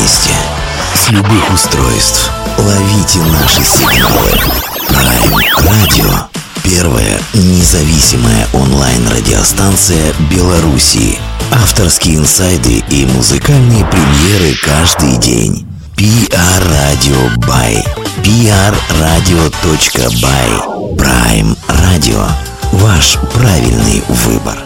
месте, с любых устройств. Ловите наши сигналы. Prime Radio. Первая независимая онлайн-радиостанция Беларуси. Авторские инсайды и музыкальные премьеры каждый день. PR Radio by prradio.by. Prime Radio. Ваш правильный выбор.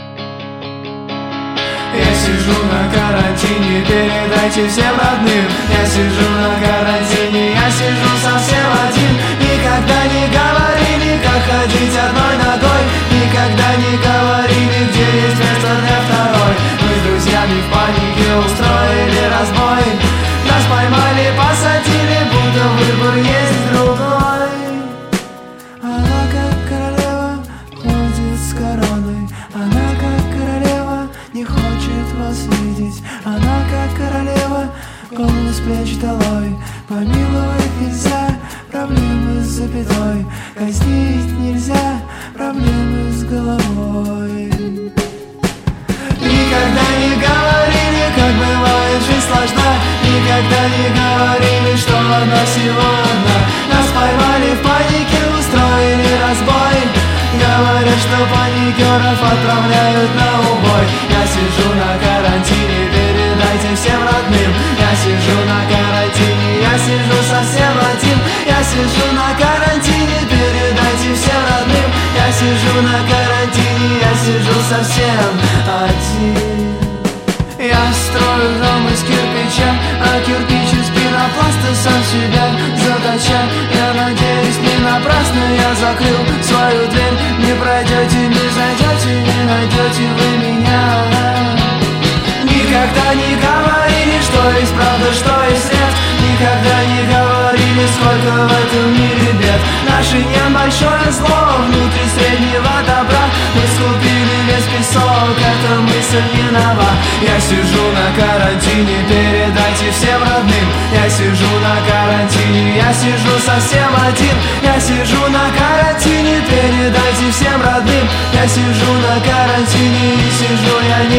Я сижу на карантине, передайте всем родным. Я сижу на карантине, я сижу совсем один. Никогда не говорили, как ходить одной ногой. Никогда не говорили, где есть место для второй. Мы с друзьями в панике устроили разбой. Нас поймали, посадили, будто выбор есть другой. Она как королева ходит с короной. Она как королева не хочет вас видеть. Она как королева, голову с плеч долой. Помиловать нельзя, проблемы с запятой. Казнить нельзя, проблемы с головой. Никогда не говорили, как бывает жизнь сложна. Никогда не говорили, что одна всего одна. Нас поймали в панике, устроили разбой. Говорят, что паникеров отправляют на убой. Я сижу на карантине, передайте всем родным. Я сижу на карантине, я сижу совсем один. Я сижу на карантине, передайте всем родным. Я сижу на карантине, я сижу совсем один. Я строю дом из кирпича, а кирпич из пенопласта сам себя заточа. Я надеюсь, не напрасно я закрыл свою дверь. Не пройдете, не зайдете, не найдете вы меня. Никогда не говорили, что есть правда, что есть нет. Никогда не говорили, сколько в этом мире бед. Наше небольшое зло внутри среднего добра. Мы скупили весь песок, эта мысль не нова. Я сижу на карантине, передайте всем родным. Я сижу на карантине, я сижу совсем один. Я сижу на карантине, передайте всем родным. Я сижу на карантине и сижу я не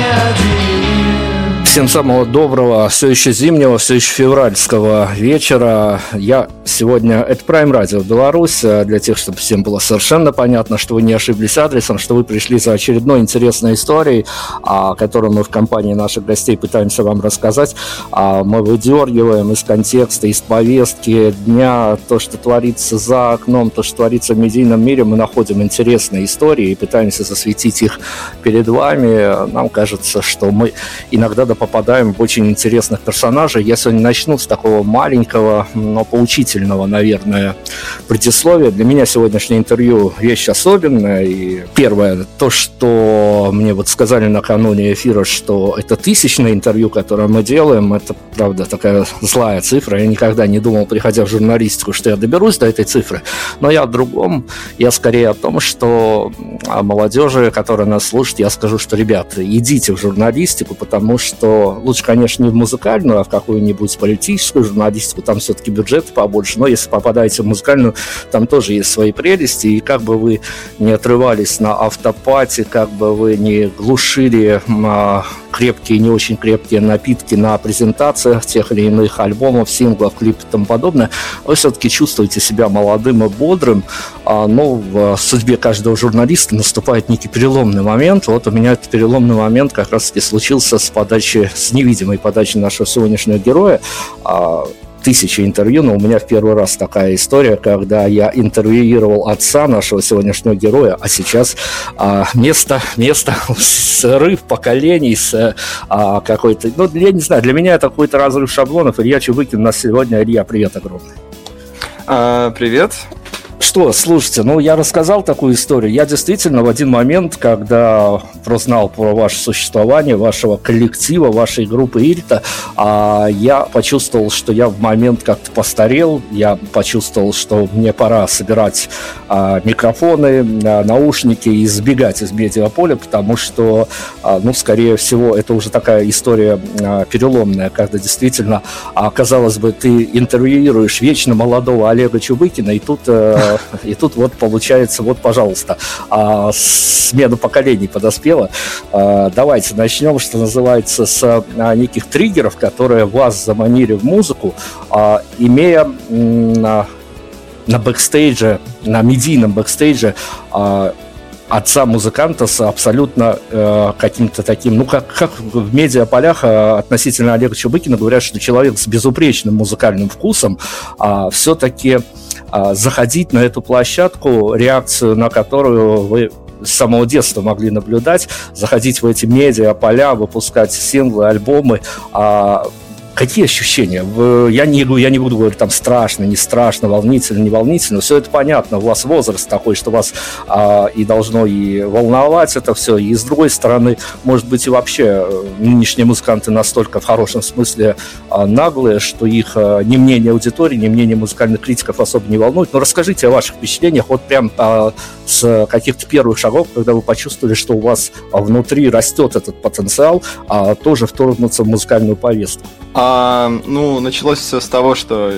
один. Всем самого доброго, все еще зимнего, все еще февральского вечера. Я сегодня, это Prime Radio Беларусь, для тех, чтобы всем было совершенно понятно, что вы не ошиблись адресом, что вы пришли за очередной интересной историей, которую мы в компании наших гостей пытаемся вам рассказать. Мы выдергиваем из контекста, из повестки дня то, что творится за окном, то, что творится в медийном мире. Мы находим интересные истории и пытаемся засветить их перед вами. Нам кажется, что мы иногда попадаем в очень интересных персонажей. Я сегодня начну с такого маленького, но поучительного, наверное, предисловия. Для меня сегодняшнее интервью вещь особенная. И первое, то, что мне вот сказали накануне эфира, что это 1000-е интервью, которое мы делаем, это, правда, такая злая цифра. Я никогда не думал, приходя в журналистику, что я доберусь до этой цифры. Но я о другом. Я скорее о том, что о молодежи, которая нас слушает, я скажу, что, ребята, идите в журналистику, потому что лучше, конечно, не в музыкальную, а в какую-нибудь политическую журналистику, там все-таки бюджет побольше, но если попадаете в музыкальную, там тоже есть свои прелести, и как бы вы не отрывались на автопате, как бы вы не глушили крепкие и не очень крепкие напитки на презентациях тех или иных альбомов, синглов, клипов и тому подобное, вы все-таки чувствуете себя молодым и бодрым, но в судьбе каждого журналиста наступает некий переломный момент. Вот у меня этот переломный момент как раз-таки случился с невидимой подачи нашего сегодняшнего героя. 1000 интервью, но у меня в первый раз такая история, когда я интервьюировал отца нашего сегодняшнего героя, а сейчас место, срыв поколений с какой-то, ну, я не знаю, для меня это какой-то разрыв шаблонов. Илья Чубыкин у нас сегодня. Илья, привет огромный. Привет. Что, слушайте, я рассказал такую историю. Я действительно в один момент, когда прознал про ваше существование, вашего коллектива, вашей группы Ильта, я почувствовал, что я в момент как-то постарел. Я почувствовал, что мне пора собирать микрофоны, наушники и сбегать из медиаполя, потому что, скорее всего, это уже такая история переломная, когда действительно, казалось бы, ты интервьюируешь вечно молодого Олега Чубыкина, и тут И тут вот получается, вот, пожалуйста, смена поколений подоспела. Давайте начнем, что называется, с неких триггеров, которые вас заманили в музыку, имея на бэкстейдже, на медийном бэкстейдже отца музыканта с абсолютно каким-то таким, как в медиаполях относительно Олега Чубыкина говорят, что человек с безупречным музыкальным вкусом, все-таки заходить на эту площадку, реакцию на которую вы с самого детства могли наблюдать, заходить в эти медиаполя, выпускать синглы, альбомы. Какие ощущения? Я не буду говорить там страшно, не страшно, волнительно, не волнительно. Все это понятно. У вас возраст такой, что вас и должно и волновать это все. И с другой стороны, может быть, и вообще нынешние музыканты настолько в хорошем смысле наглые, что их ни мнение аудитории, ни мнение музыкальных критиков особо не волнует. Но расскажите о ваших впечатлениях вот прям с каких-то первых шагов, когда вы почувствовали, что у вас внутри растет этот потенциал, тоже вторгнуться в музыкальную повестку. Началось все с того, что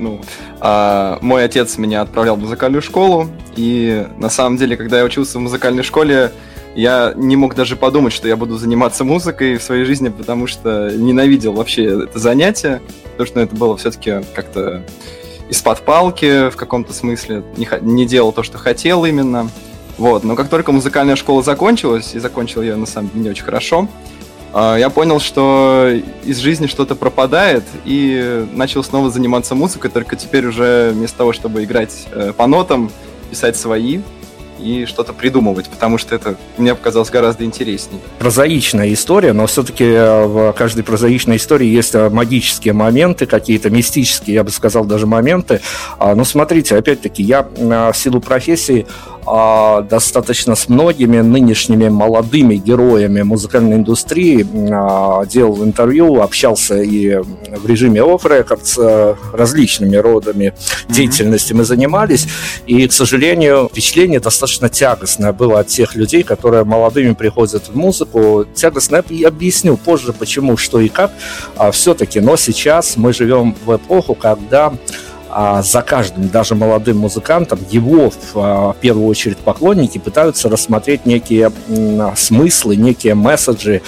мой отец меня отправлял в музыкальную школу, и на самом деле, когда я учился в музыкальной школе, я не мог даже подумать, что я буду заниматься музыкой в своей жизни, потому что ненавидел вообще это занятие, потому что это было все-таки как-то из-под палки в каком-то смысле, не делал то, что хотел именно. Вот. Но как только музыкальная школа закончилась, и закончил я на самом деле не очень хорошо, я понял, что из жизни что-то пропадает, и начал снова заниматься музыкой, только теперь уже вместо того, чтобы играть по нотам, писать свои и что-то придумывать, потому что это мне показалось гораздо интереснее. Прозаичная история, но все-таки в каждой прозаичной истории есть магические моменты, какие-то мистические, я бы сказал, даже моменты. Но смотрите, опять-таки, я в силу профессии достаточно с многими нынешними молодыми героями музыкальной индустрии делал интервью, общался и в режиме off-record с различными родами деятельности мы занимались, и, к сожалению, впечатление достаточно тягостное было от тех людей, которые молодыми приходят в музыку. Тягостное, я объясню позже, почему, что и как, все-таки, но сейчас мы живем в эпоху, когда за каждым, даже молодым музыкантом, его в первую очередь поклонники пытаются рассмотреть некие смыслы, некие месседжи,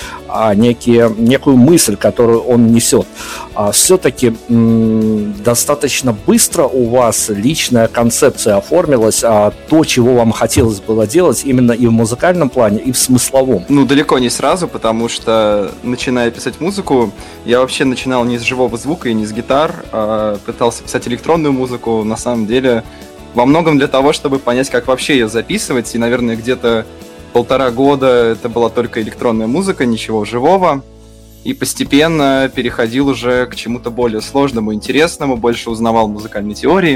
некую мысль, которую он несет. Все-таки достаточно быстро у вас личная концепция оформилась, то, чего вам хотелось было делать именно и в музыкальном плане, и в смысловом? Далеко не сразу, потому что, начиная писать музыку, я вообще начинал не с живого звука и не с гитар, пытался писать электронную музыку, на самом деле, во многом для того, чтобы понять, как вообще ее записывать, и, наверное, где-то 1,5 года это была только электронная музыка, ничего живого, и постепенно переходил уже к чему-то более сложному, интересному, больше узнавал музыкальной теории,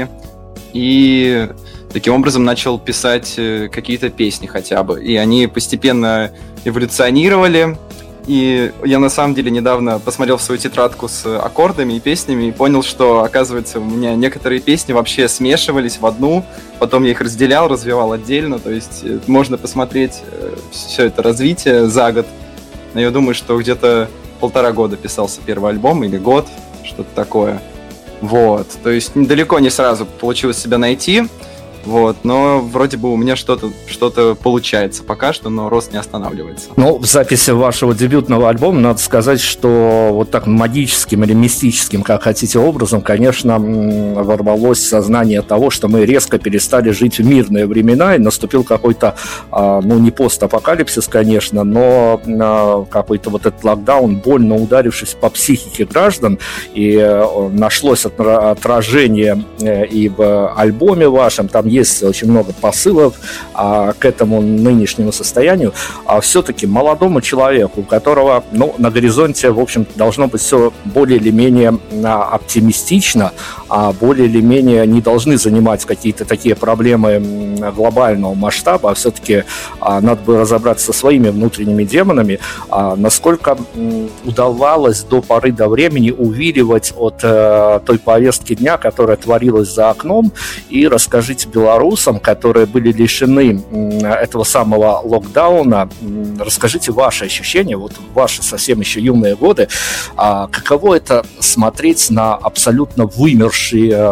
и таким образом начал писать какие-то песни хотя бы, и они постепенно эволюционировали. И я на самом деле недавно посмотрел в свою тетрадку с аккордами и песнями и понял, что, оказывается, у меня некоторые песни вообще смешивались в одну, потом я их разделял, развивал отдельно, то есть можно посмотреть все это развитие за год. Но я думаю, что где-то 1,5 года писался первый альбом, или год, что-то такое. Вот, то есть далеко не сразу получилось себя найти. Вот, но вроде бы у меня что-то получается пока что, но рост не останавливается. В записи вашего дебютного альбома надо сказать, что вот так магическим или мистическим, как хотите, образом, конечно, ворвалось сознание того, что мы резко перестали жить в мирные времена, и наступил какой-то, не постапокалипсис, конечно, но какой-то вот этот локдаун, больно ударившись по психике граждан, и нашлось отражение и в альбоме вашем, там есть очень много посылов к этому нынешнему состоянию, все-таки молодому человеку, у которого на горизонте, в общем, должно быть все более или менее оптимистично, более или менее не должны занимать какие-то такие проблемы глобального масштаба, а все-таки надо бы разобраться со своими внутренними демонами, насколько удавалось до поры до времени увиливать от той повестки дня, которая творилась за окном, и расскажите белорусам, которые были лишены этого самого локдауна, расскажите ваши ощущения, вот ваши совсем еще юные годы, каково это смотреть на абсолютно вымерший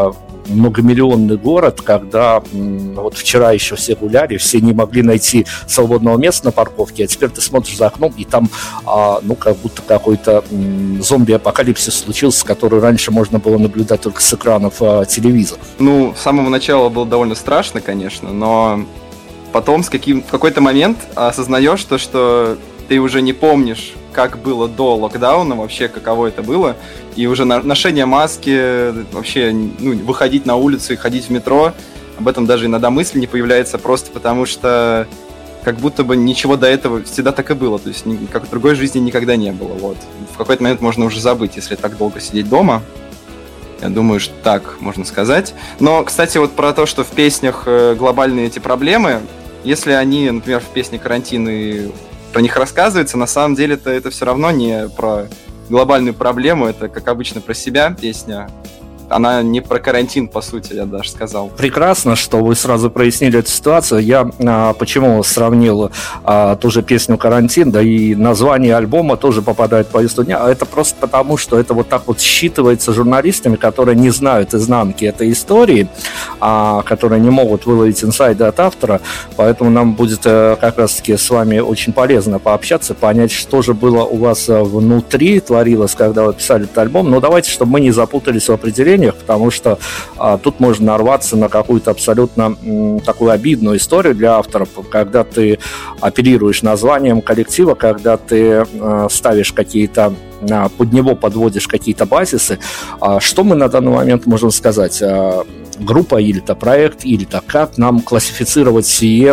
многомиллионный город, когда вот вчера еще все гуляли, все не могли найти свободного места на парковке, а теперь ты смотришь за окном, и там, как будто какой-то зомби-апокалипсис случился, который раньше можно было наблюдать только с экранов телевизора. Ну, с самого начала было довольно страшно, конечно, но потом в какой-то момент осознаешь то, что ты уже не помнишь, как было до локдауна, вообще каково это было, и уже ношение маски, вообще выходить на улицу и ходить в метро, об этом даже иногда мысль не появляется, просто потому что как будто бы ничего до этого всегда так и было, то есть как в другой жизни никогда не было. Вот. В какой-то момент можно уже забыть, если так долго сидеть дома. Я думаю, что так можно сказать. Но, кстати, вот про то, что в песнях глобальные эти проблемы, если они, например, в песне «Карантин» и про них рассказывается, на самом деле-то это все равно не про глобальную проблему, это, как обычно, про себя песня. Она не про карантин, по сути, я даже сказал. Прекрасно, что вы сразу прояснили эту ситуацию. Я почему сравнил ту же песню «Карантин», да и название альбома тоже попадает в повестку дня. Это просто потому, что это вот так вот считывается журналистами, которые не знают изнанки этой истории, которые не могут выловить инсайды от автора. Поэтому нам будет как раз-таки с вами очень полезно пообщаться, понять, что же было у вас внутри, творилось, когда вы писали этот альбом. Но давайте, чтобы мы не запутались в определении, потому что тут можно нарваться на какую-то абсолютно такую обидную историю для авторов, когда ты оперируешь названием коллектива, когда ты ставишь какие-то, под него подводишь какие-то базисы. Что мы на данный момент можем сказать? Группа или-то проект, или-то как нам классифицировать сию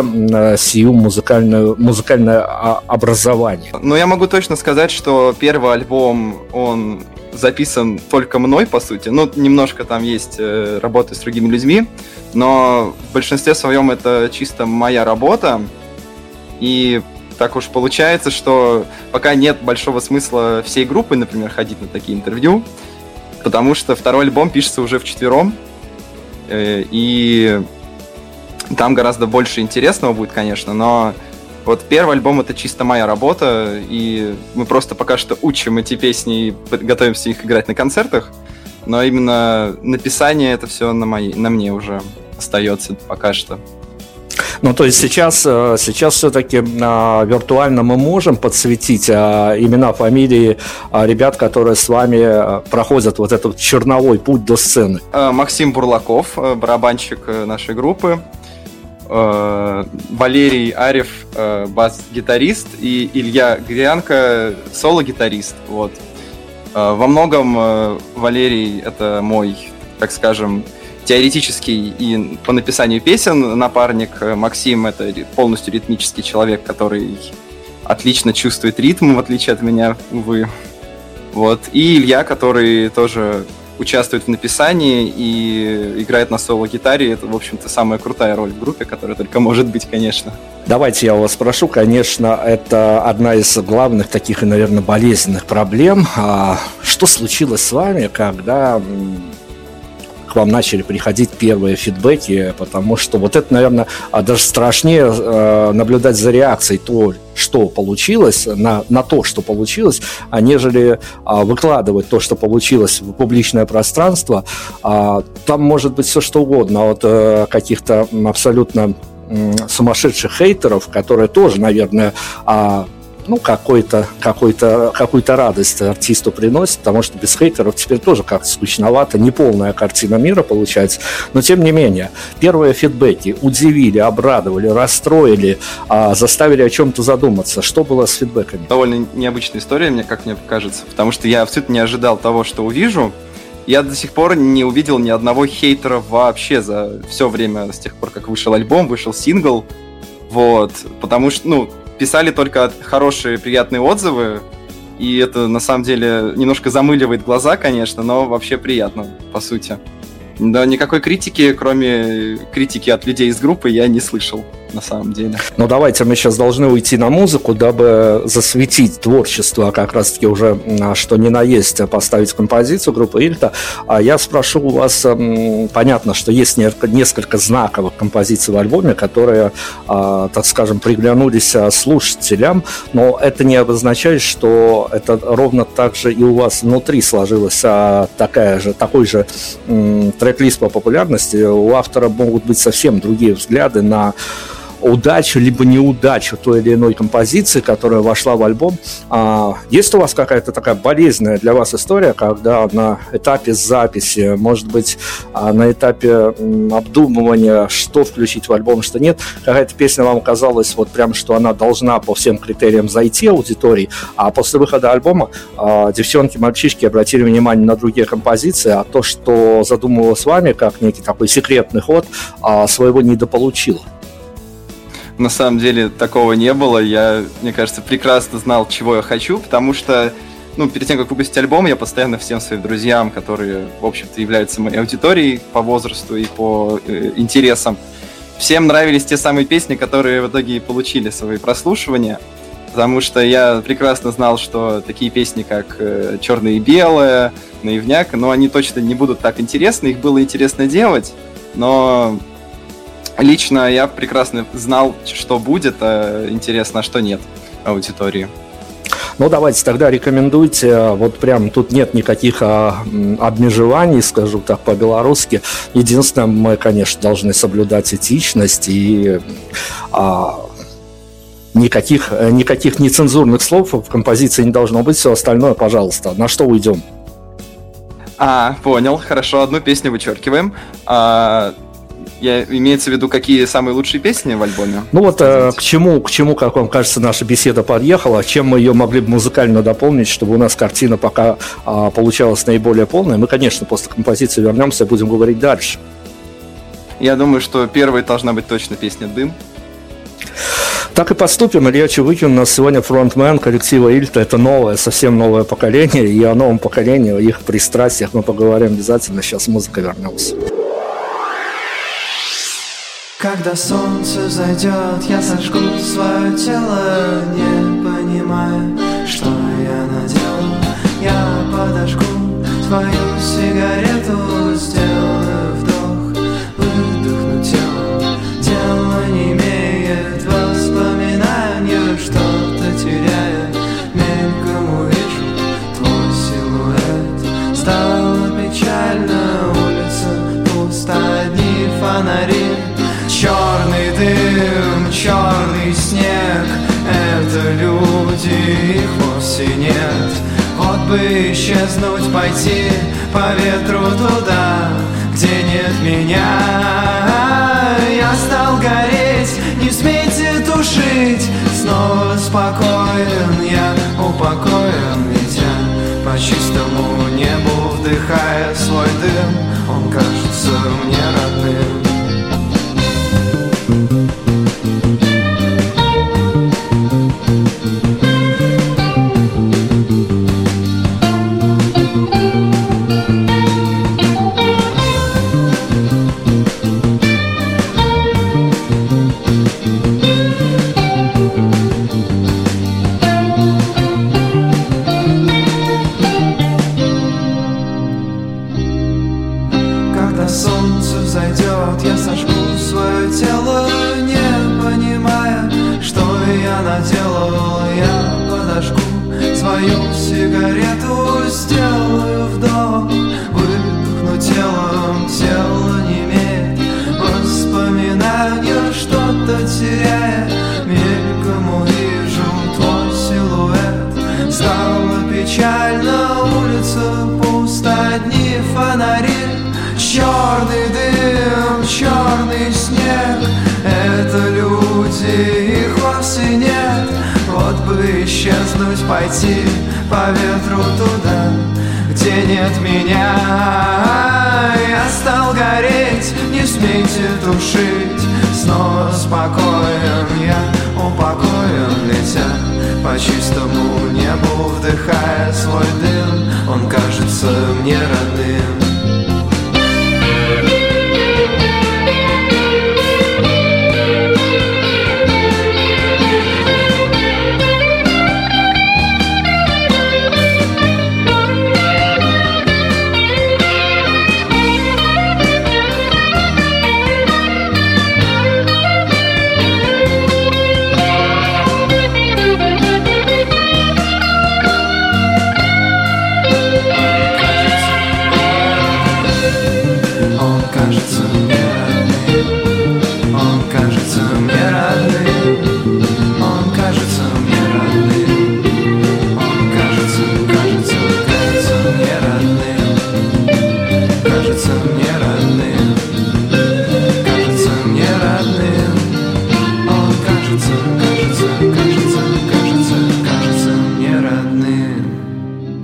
музыкальное образование? Ну, я могу точно сказать, что первый альбом, он записан только мной, по сути. Ну, немножко там есть работы с другими людьми, но в большинстве своем это чисто моя работа. И так уж получается, что пока нет большого смысла всей группы, например, ходить на такие интервью, потому что второй альбом пишется уже вчетвером, и там гораздо больше интересного будет, конечно, но вот первый альбом — это чисто моя работа, и мы просто пока что учим эти песни и готовимся их играть на концертах, но именно написание — это все на мне уже остается пока что. Ну, то есть сейчас все-таки виртуально мы можем подсветить имена, фамилии ребят, которые с вами проходят вот этот черновой путь до сцены. Максим Бурлаков, барабанщик нашей группы, Валерий Арев, бас-гитарист, и Илья Грянко, соло-гитарист. Вот. Во многом Валерий — это мой, так скажем, теоретический и по написанию песен напарник. Максим — это полностью ритмический человек, который отлично чувствует ритм, в отличие от меня, увы. Вот. И Илья, который тоже участвует в написании и играет на соло-гитаре. Это, в общем-то, самая крутая роль в группе, которая только может быть, конечно. Давайте я вас спрошу. Конечно, это одна из главных таких и, наверное, болезненных проблем. Что случилось с вами, когда к вам начали приходить первые фидбэки? Потому что вот это, наверное, даже страшнее наблюдать за реакцией то, что получилось, на то, что получилось, нежели выкладывать то, что получилось в публичное пространство. Там может быть все что угодно, от каких-то абсолютно сумасшедших хейтеров, которые тоже, наверное, какую-то радость артисту приносит, потому что без хейтеров теперь тоже как-то скучновато, неполная картина мира получается, но тем не менее, первые фидбэки удивили, обрадовали, расстроили, заставили о чем-то задуматься. Что было с фидбэками? Довольно необычная история, как мне кажется, потому что я абсолютно не ожидал того, что увижу. Я до сих пор не увидел ни одного хейтера вообще за все время, с тех пор, как вышел альбом, вышел сингл, вот, потому что, писали только хорошие, приятные отзывы, и это, на самом деле, немножко замыливает глаза, конечно, но вообще приятно, по сути. Да, никакой критики, кроме критики от людей из группы, я не слышал. на самом деле. Ну, давайте мы сейчас должны уйти на музыку, дабы засветить творчество, как раз-таки уже, что ни на есть, поставить композицию группы Ильта. А я спрошу у вас, понятно, что есть несколько знаковых композиций в альбоме, которые, так скажем, приглянулись слушателям, но это не обозначает, что это ровно так же и у вас внутри сложилась такой же трек-лист по популярности. У автора могут быть совсем другие взгляды на удачу либо неудачу той или иной композиции, которая вошла в альбом. Есть у вас какая-то такая болезненная для вас история, когда на этапе записи, может быть, на этапе обдумывания, что включить в альбом, что нет, какая-то песня вам казалась вот прям, что она должна по всем критериям зайти аудитории, а после выхода альбома девчонки, мальчишки обратили внимание на другие композиции, а то, что задумывалось вами, как некий такой секретный ход, своего недополучило? На самом деле такого не было. Я, мне кажется, прекрасно знал, чего я хочу, потому что, перед тем, как выпустить альбом, я постоянно всем своим друзьям, которые, в общем-то, являются моей аудиторией по возрасту и по интересам, всем нравились те самые песни, которые в итоге получили свои прослушивания, потому что я прекрасно знал, что такие песни, как «Черное и белое», «Наивняк», они точно не будут так интересны, их было интересно делать, но... Лично я прекрасно знал, что будет интересно, а что нет аудитории. Ну, давайте тогда рекомендуйте. Вот прям тут нет никаких обмежеваний, скажу так по-белорусски. Единственное, мы, конечно, должны соблюдать этичность и никаких нецензурных слов в композиции не должно быть. Все остальное, пожалуйста. На что уйдем? Понял. Хорошо, одну песню вычеркиваем. Имеется в виду, какие самые лучшие песни в альбоме? К чему, как вам кажется, наша беседа подъехала? Чем мы ее могли бы музыкально дополнить, чтобы у нас картина пока получалась наиболее полная? Мы, конечно, после композиции вернемся и будем говорить дальше. Я думаю, что первой должна быть точно песня «Дым». Так и поступим. Илья Чевыкин у нас сегодня фронтмен коллектива Ильта. Это новое, совсем новое поколение. И о новом поколении, о их пристрастиях мы поговорим обязательно. Сейчас музыка вернется. Когда солнце зайдет, я сожгу свое тело, не понимая, что я наделал. Я подожгу твою сигарету, сделаю вдох, выдохну тело. Тело не имеет воспоминания, что-то теряя, мельком увижу твой силуэт. Стало печально, улица пуста, одни фонари. Черный дым, черный снег, это люди, их вовсе нет. Вот бы исчезнуть, пойти по ветру туда, где нет меня. Я стал гореть, не смейте тушить. Снова спокоен, я упокоен, летя по чистому небу, вдыхая свой дым. Он кажется мне родным. Черный дым, черный снег, это люди, их вовсе нет. Вот бы исчезнуть, пойти по ветру туда, где нет меня. Я стал гореть, не смейте тушить. Снова спокоен, я упокоен, летя по чистому небу, вдыхая свой дым. Он кажется мне родным.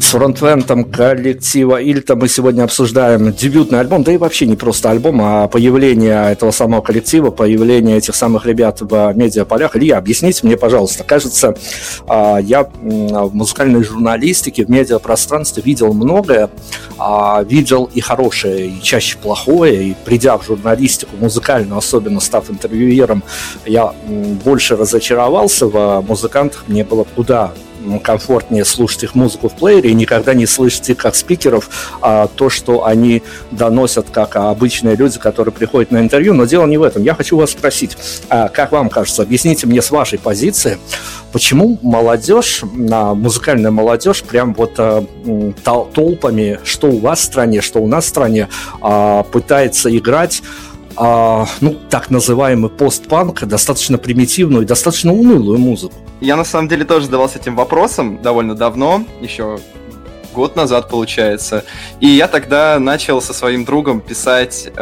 с фронтвендом коллектива Ильта мы сегодня обсуждаем дебютный альбом, да и вообще не просто альбом, а появление этого самого коллектива, появление этих самых ребят в медиаполях. Илья, объясните мне, пожалуйста, кажется, я в музыкальной журналистике, в медиапространстве видел многое, видел и хорошее, и чаще плохое, и придя в журналистику музыкальную, особенно став интервьюером, я больше разочаровался в музыкантах, мне было куда комфортнее слушать их музыку в плеере и никогда не слышать их как спикеров, то, что они доносят как обычные люди, которые приходят на интервью. Но дело не в этом. Я хочу вас спросить, как вам кажется, объясните мне с вашей позиции, почему молодежь, музыкальная молодежь прям вот толпами, что у вас в стране, что у нас в стране, пытается играть так называемый постпанк, достаточно примитивную и достаточно унылую музыку? Я на самом деле тоже задавался этим вопросом довольно давно, еще год назад, получается. И я тогда начал со своим другом писать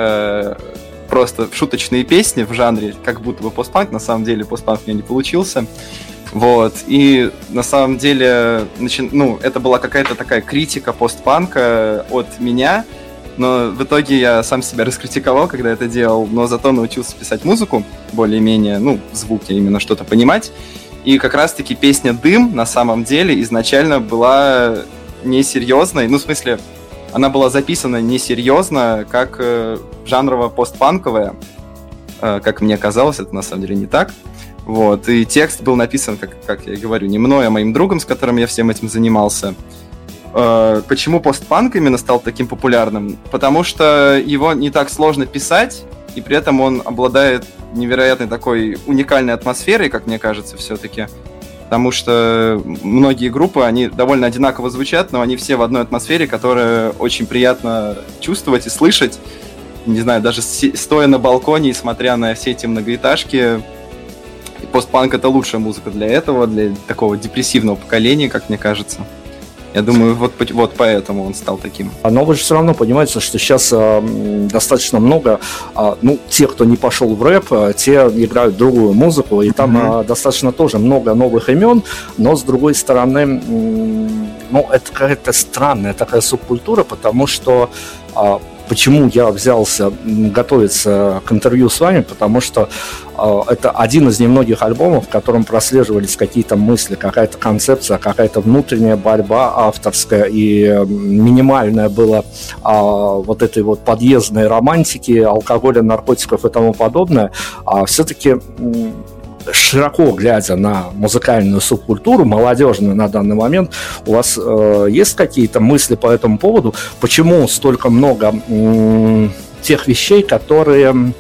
просто шуточные песни в жанре, как будто бы постпанк. На самом деле постпанк у меня не получился. Вот. И на самом деле это была какая-то такая критика постпанка от меня. Но в итоге я сам себя раскритиковал, когда это делал, но зато научился писать музыку, более-менее, звуки, именно что-то понимать. И как раз-таки песня «Дым» на самом деле изначально была несерьезной, в смысле, она была записана несерьезно, как жанрово-постпанковая, как мне казалось, это на самом деле не так. Вот. И текст был написан, как я и говорю, не мной, а моим другом, с которым я всем этим занимался. Почему постпанк именно стал таким популярным? Потому что его не так сложно писать, и при этом он обладает невероятной такой уникальной атмосферой, как мне кажется, все-таки. Потому что многие группы, они довольно одинаково звучат, но они все в одной атмосфере, которая очень приятно чувствовать и слышать. Не знаю, даже стоя на балконе и смотря на все эти многоэтажки, постпанк — это лучшая музыка для этого, для такого депрессивного поколения, как мне кажется. Я думаю, вот поэтому он стал таким. Но вы же все равно понимаете, что сейчас достаточно много, тех, кто не пошел в рэп, те играют другую музыку, и там достаточно тоже много новых имен, но с другой стороны, это какая-то странная такая субкультура, потому что почему я взялся готовиться к интервью с вами, потому что это один из немногих альбомов, в котором прослеживались какие-то мысли, какая-то концепция, какая-то внутренняя борьба авторская, и минимальная была вот этой вот подъездной романтики, алкоголя, наркотиков и тому подобное. Все-таки широко глядя на музыкальную субкультуру, молодежную на данный момент, у вас есть какие-то мысли по этому поводу? Почему столько много тех вещей, которые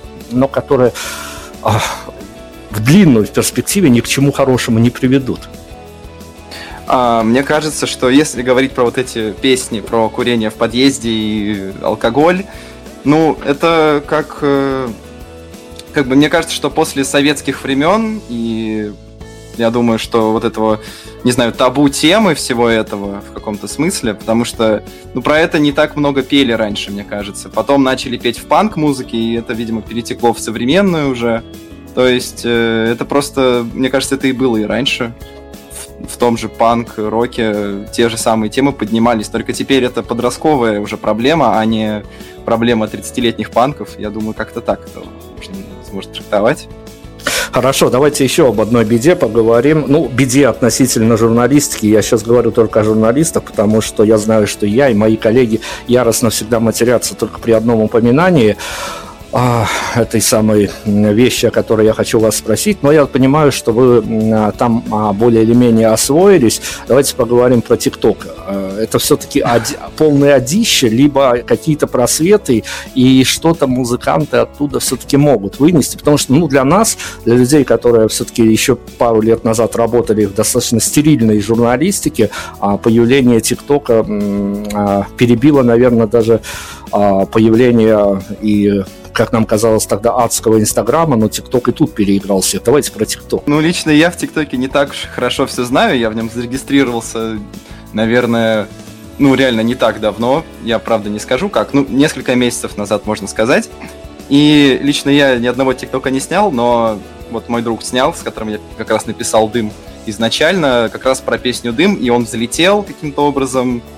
в длинной перспективе ни к чему хорошему не приведут? Мне кажется, что если говорить про вот эти песни про курение в подъезде и алкоголь, это как бы мне кажется, что после советских времен, и я думаю, что вот этого, не знаю, табу темы всего этого в каком-то смысле, потому что, про это не так много пели раньше, мне кажется. Потом начали петь в панк-музыке, и это, видимо, перетекло в современную уже. То есть это просто, мне кажется, это и было и раньше. В том же панк-роке те же самые темы поднимались, только теперь это подростковая уже проблема, а не проблема 30-летних панков. Я думаю, как-то так это можно трактовать. Хорошо, давайте еще об одной беде поговорим. Беде относительно журналистики. Я сейчас говорю только о журналистах, потому что я знаю, что я и мои коллеги яростно всегда матерятся только при одном упоминании этой самой вещи, о которой я хочу вас спросить, но я понимаю, что вы там более или менее освоились. Давайте поговорим про ТикТок. Это все-таки полное одище, либо какие-то просветы, и что-то музыканты оттуда все-таки могут вынести, потому что, для нас, для людей, которые все-таки еще пару лет назад работали в достаточно стерильной журналистике, появление ТикТока перебило, наверное, даже появление и, как нам казалось тогда, адского Инстаграма, но ТикТок и тут переиграл всех. Давайте про ТикТок. Лично я в ТикТоке не так уж хорошо все знаю, я в нем зарегистрировался, наверное, реально не так давно, я правда не скажу как, несколько месяцев назад, можно сказать. И лично я ни одного ТикТока не снял, но вот мой друг снял, с которым я как раз написал «Дым» изначально, как раз про песню «Дым», и он взлетел каким-то образом.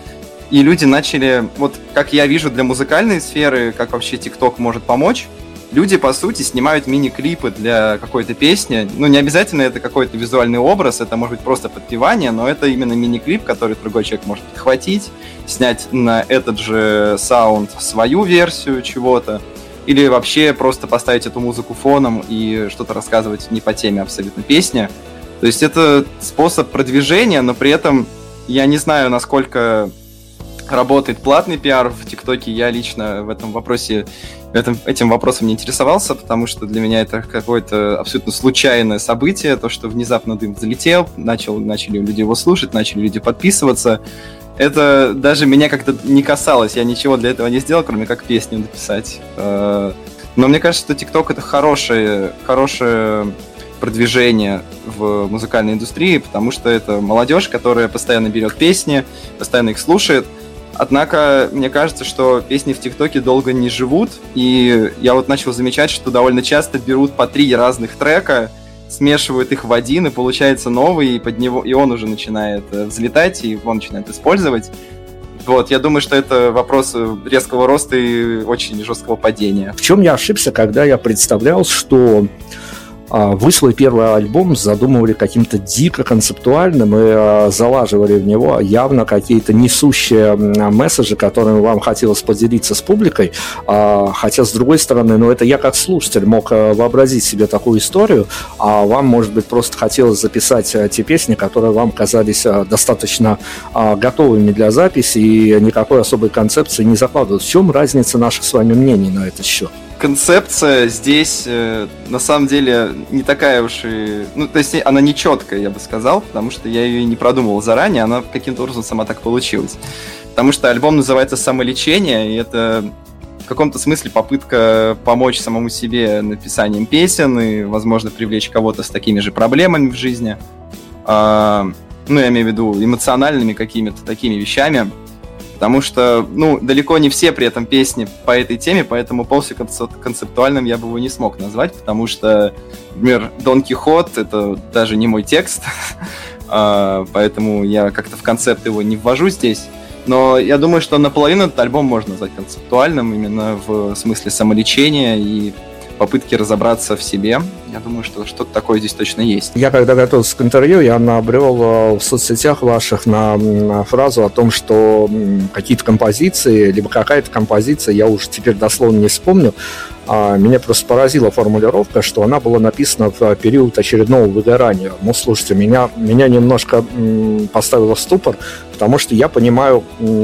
И люди начали, вот как я вижу для музыкальной сферы, как вообще TikTok может помочь, люди, по сути, снимают мини-клипы для какой-то песни. Ну, не обязательно это какой-то визуальный образ, это может быть просто подпевание, но это именно мини-клип, который другой человек может подхватить, снять на этот же саунд свою версию чего-то, или вообще просто поставить эту музыку фоном и что-то рассказывать не по теме абсолютно песни. То есть это способ продвижения, но при этом я не знаю, насколько работает платный пиар в ТикТоке. Я лично в этом вопросе этим вопросом не интересовался, потому что для меня это какое-то абсолютно случайное событие, то, что внезапно дым взлетел, начали люди его слушать, начали люди подписываться. Это даже меня как-то не касалось, я ничего для этого не сделал, кроме как песню написать. Но мне кажется, что ТикТок — это хорошее продвижение в музыкальной индустрии, потому что это молодежь, которая постоянно берет песни, постоянно их слушает. Однако, мне кажется, что песни в ТикТоке долго не живут, и я вот начал замечать, что довольно часто берут по 3 разных трека, смешивают их в один, и получается новый, и под него, и он уже начинает взлетать, и его начинает использовать. Вот, я думаю, что это вопрос резкого роста и очень жесткого падения. В чем я ошибся, когда я представлял, что вы свой первый альбом задумывали каким-то дико концептуальным и залаживали в него явно какие-то несущие месседжи, которыми вам хотелось поделиться с публикой. Хотя, с другой стороны, это я как слушатель мог вообразить себе такую историю, а вам, может быть, просто хотелось записать те песни, которые вам казались достаточно готовыми для записи и никакой особой концепции не закладывают. В чем разница наших с вами мнений на этот счет? Концепция здесь, на самом деле, не такая уж и... то есть она не четкая, я бы сказал, потому что я ее не продумывал заранее, она каким-то образом сама так получилась. Потому что альбом называется «Самолечение», и это в каком-то смысле попытка помочь самому себе написанием песен и, возможно, привлечь кого-то с такими же проблемами в жизни. Я имею в виду эмоциональными какими-то такими вещами. Потому что, далеко не все при этом песни по этой теме, поэтому полностью концептуальным я бы его не смог назвать, потому что, например, «Дон Кихот» — это даже не мой текст, поэтому я как-то в концепт его не ввожу здесь. Но я думаю, что наполовину этот альбом можно назвать концептуальным, именно в смысле самолечения и попытки разобраться в себе. Я думаю, что что-то такое здесь точно есть. Я когда готовился к интервью, я набрел в соцсетях ваших на фразу о том, что какие-то композиции, либо какая-то композиция, я уже теперь дословно не вспомню, меня просто поразила формулировка, что она была написана в период очередного выгорания. Слушайте, меня немножко поставило в ступор, потому что я понимаю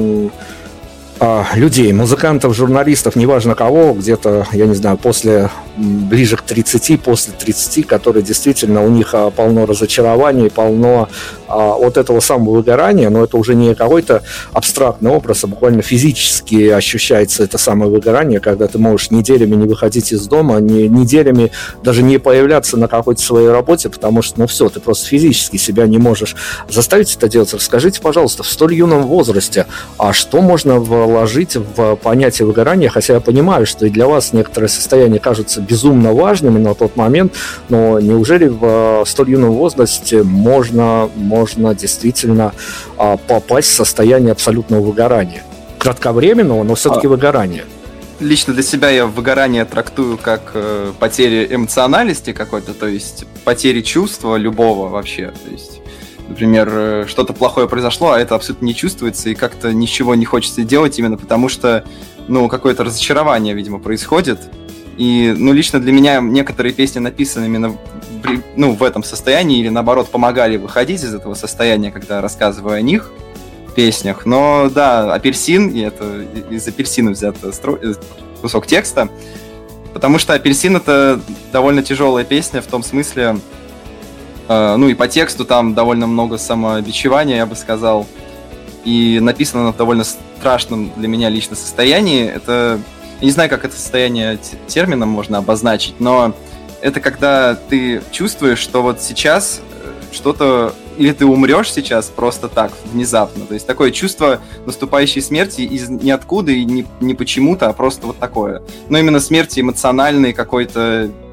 людей, музыкантов, журналистов, неважно кого, где-то, я не знаю, ближе к 30, после 30, которые действительно, у них полно разочарований, полно от этого самого выгорания, но это уже не какой-то абстрактный образ, а буквально физически ощущается это самое выгорание, когда ты можешь неделями не выходить из дома, неделями даже не появляться на какой-то своей работе, потому что, все, ты просто физически себя не можешь заставить это делать. Расскажите, пожалуйста, в столь юном возрасте, что можно вложить в понятие выгорания, хотя я понимаю, что и для вас некоторые состояния кажутся безумно важными на тот момент, но неужели в столь юном возрасте можно действительно попасть в состояние абсолютного выгорания? Кратковременного, но все-таки выгорания. Лично для себя я выгорание трактую как потерю эмоциональности какой-то, то есть потери чувства любого вообще. То есть, например, что-то плохое произошло, а это абсолютно не чувствуется, и как-то ничего не хочется делать именно потому, что какое-то разочарование, видимо, происходит. И, лично для меня некоторые песни написаны именно в этом состоянии, или наоборот помогали выходить из этого состояния, когда рассказываю о них в песнях. Но да, «Апельсин», и это из «Апельсина» взят кусок текста, потому что «Апельсин» — это довольно тяжелая песня в том смысле, и по тексту там довольно много самобичевания, я бы сказал, и написано она в довольно страшном для меня лично состоянии. Это... Я не знаю, как это состояние термином можно обозначить, но это когда ты чувствуешь, что вот сейчас что-то... Или ты умрешь сейчас просто так, внезапно. То есть такое чувство наступающей смерти из ниоткуда и не почему-то, а просто вот такое. Но именно смерти эмоциональной какой-то,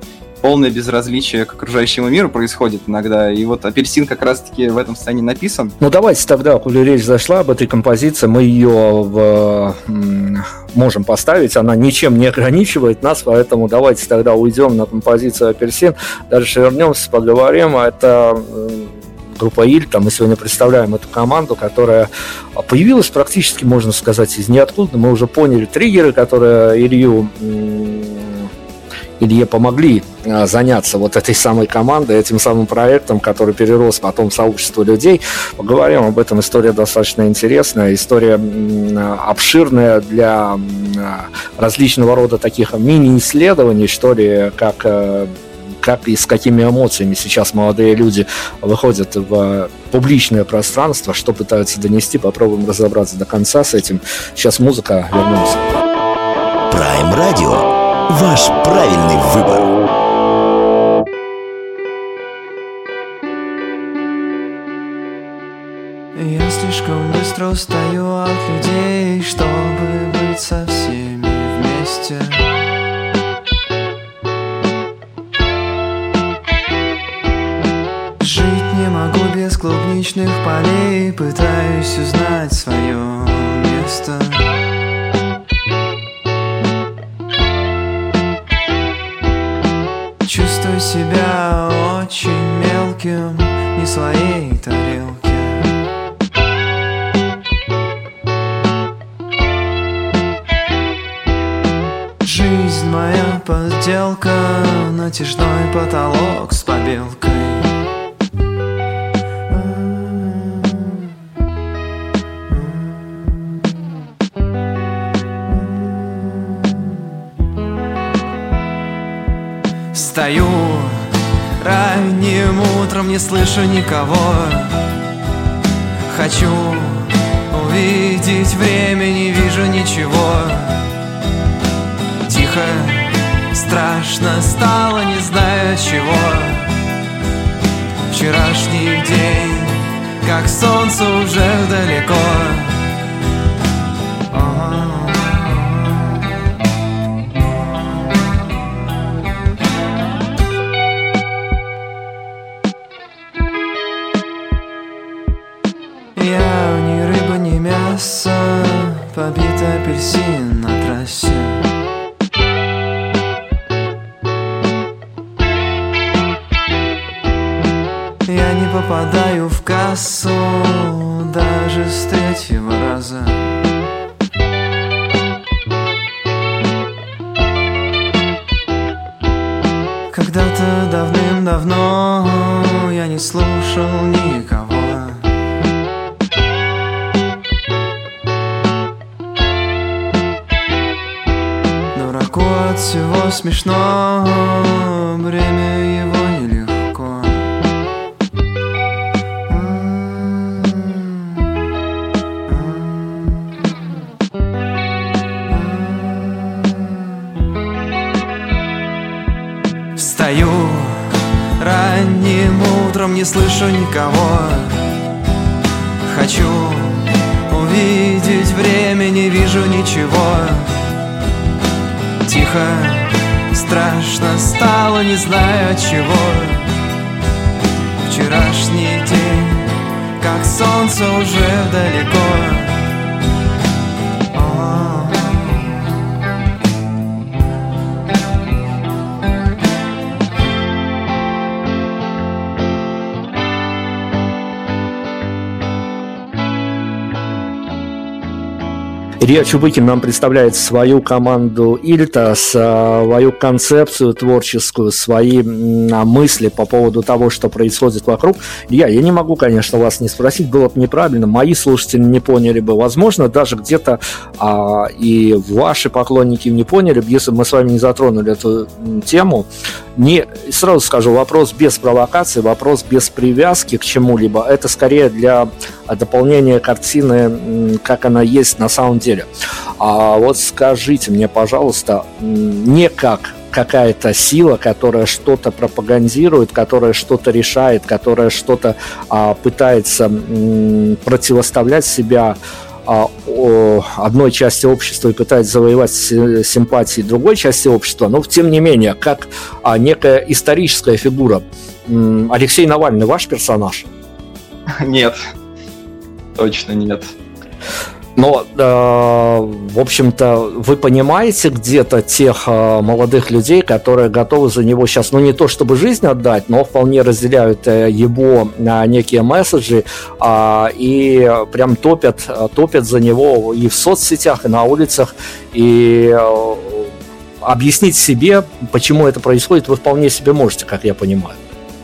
полное безразличие к окружающему миру происходит иногда. И вот «Апельсин» как раз-таки в этом состоянии написан. Ну, давайте тогда, коли речь зашла об этой композиции, мы ее можем поставить. Она ничем не ограничивает нас, поэтому давайте тогда уйдем на композицию «Апельсин». Дальше вернемся, поговорим. Это группа Ильта. Мы сегодня представляем эту команду, которая появилась практически, можно сказать, из ниоткуда. Мы уже поняли триггеры, которые Илье помогли заняться вот этой самой командой, этим самым проектом, который перерос потом в сообщество людей. Поговорим об этом. История достаточно интересная, история обширная для различного рода таких мини-исследований, что ли, как и с какими эмоциями сейчас молодые люди выходят в публичное пространство, что пытаются донести. Попробуем разобраться до конца с этим. Сейчас музыка, вернемся. Prime Radio. Ваш правильный выбор. Я слишком быстро устаю от людей, чтобы быть со всеми вместе. Жить не могу без клубничных полей, пытаюсь узнать свое место. Чувствую себя очень мелким, не своей тарелке. Жизнь моя подделка, натяжной потолок с побелкой. Встаю ранним утром, не слышу никого. Хочу увидеть время, не вижу ничего. Тихо, страшно стало, не знаю от чего. Вчерашний день, как солнце уже далеко. Я ни рыба, ни мясо, побитый апельсин на трассе. Я не попадаю в кассу даже с третьего раза. Когда-то давным-давно я не слушал никого. Дураку от всего смешно, бремя его нелегко. Встаю ранним утром, не слышу никого. Хочу увидеть время, не вижу ничего. Тихо, страшно стало, не знаю от чего. Вчерашний день, как солнце уже далеко. Илья Чубыкин нам представляет свою команду Ильта, свою концепцию творческую, свои мысли по поводу того, что происходит вокруг. Илья, я не могу, конечно, вас не спросить, было бы неправильно, мои слушатели не поняли бы, возможно, даже где-то и ваши поклонники не поняли бы, если бы мы с вами не затронули эту тему. Не, сразу скажу, вопрос без провокации, вопрос без привязки к чему-либо, это скорее для дополнения картины, как она есть на самом деле. А вот скажите мне, пожалуйста, не как какая-то сила, которая что-то пропагандирует, которая что-то решает, которая что-то пытается противоставлять себя одной части общества и пытается завоевать симпатии другой части общества, но тем не менее, как некая историческая фигура, Алексей Навальный ваш персонаж? Нет, точно нет. Но, в общем-то, вы понимаете где-то тех молодых людей, которые готовы за него сейчас, ну, не то чтобы жизнь отдать, но вполне разделяют его некие месседжи и прям топят за него и в соцсетях, и на улицах, и объяснить себе, почему это происходит, вы вполне себе можете, как я понимаю.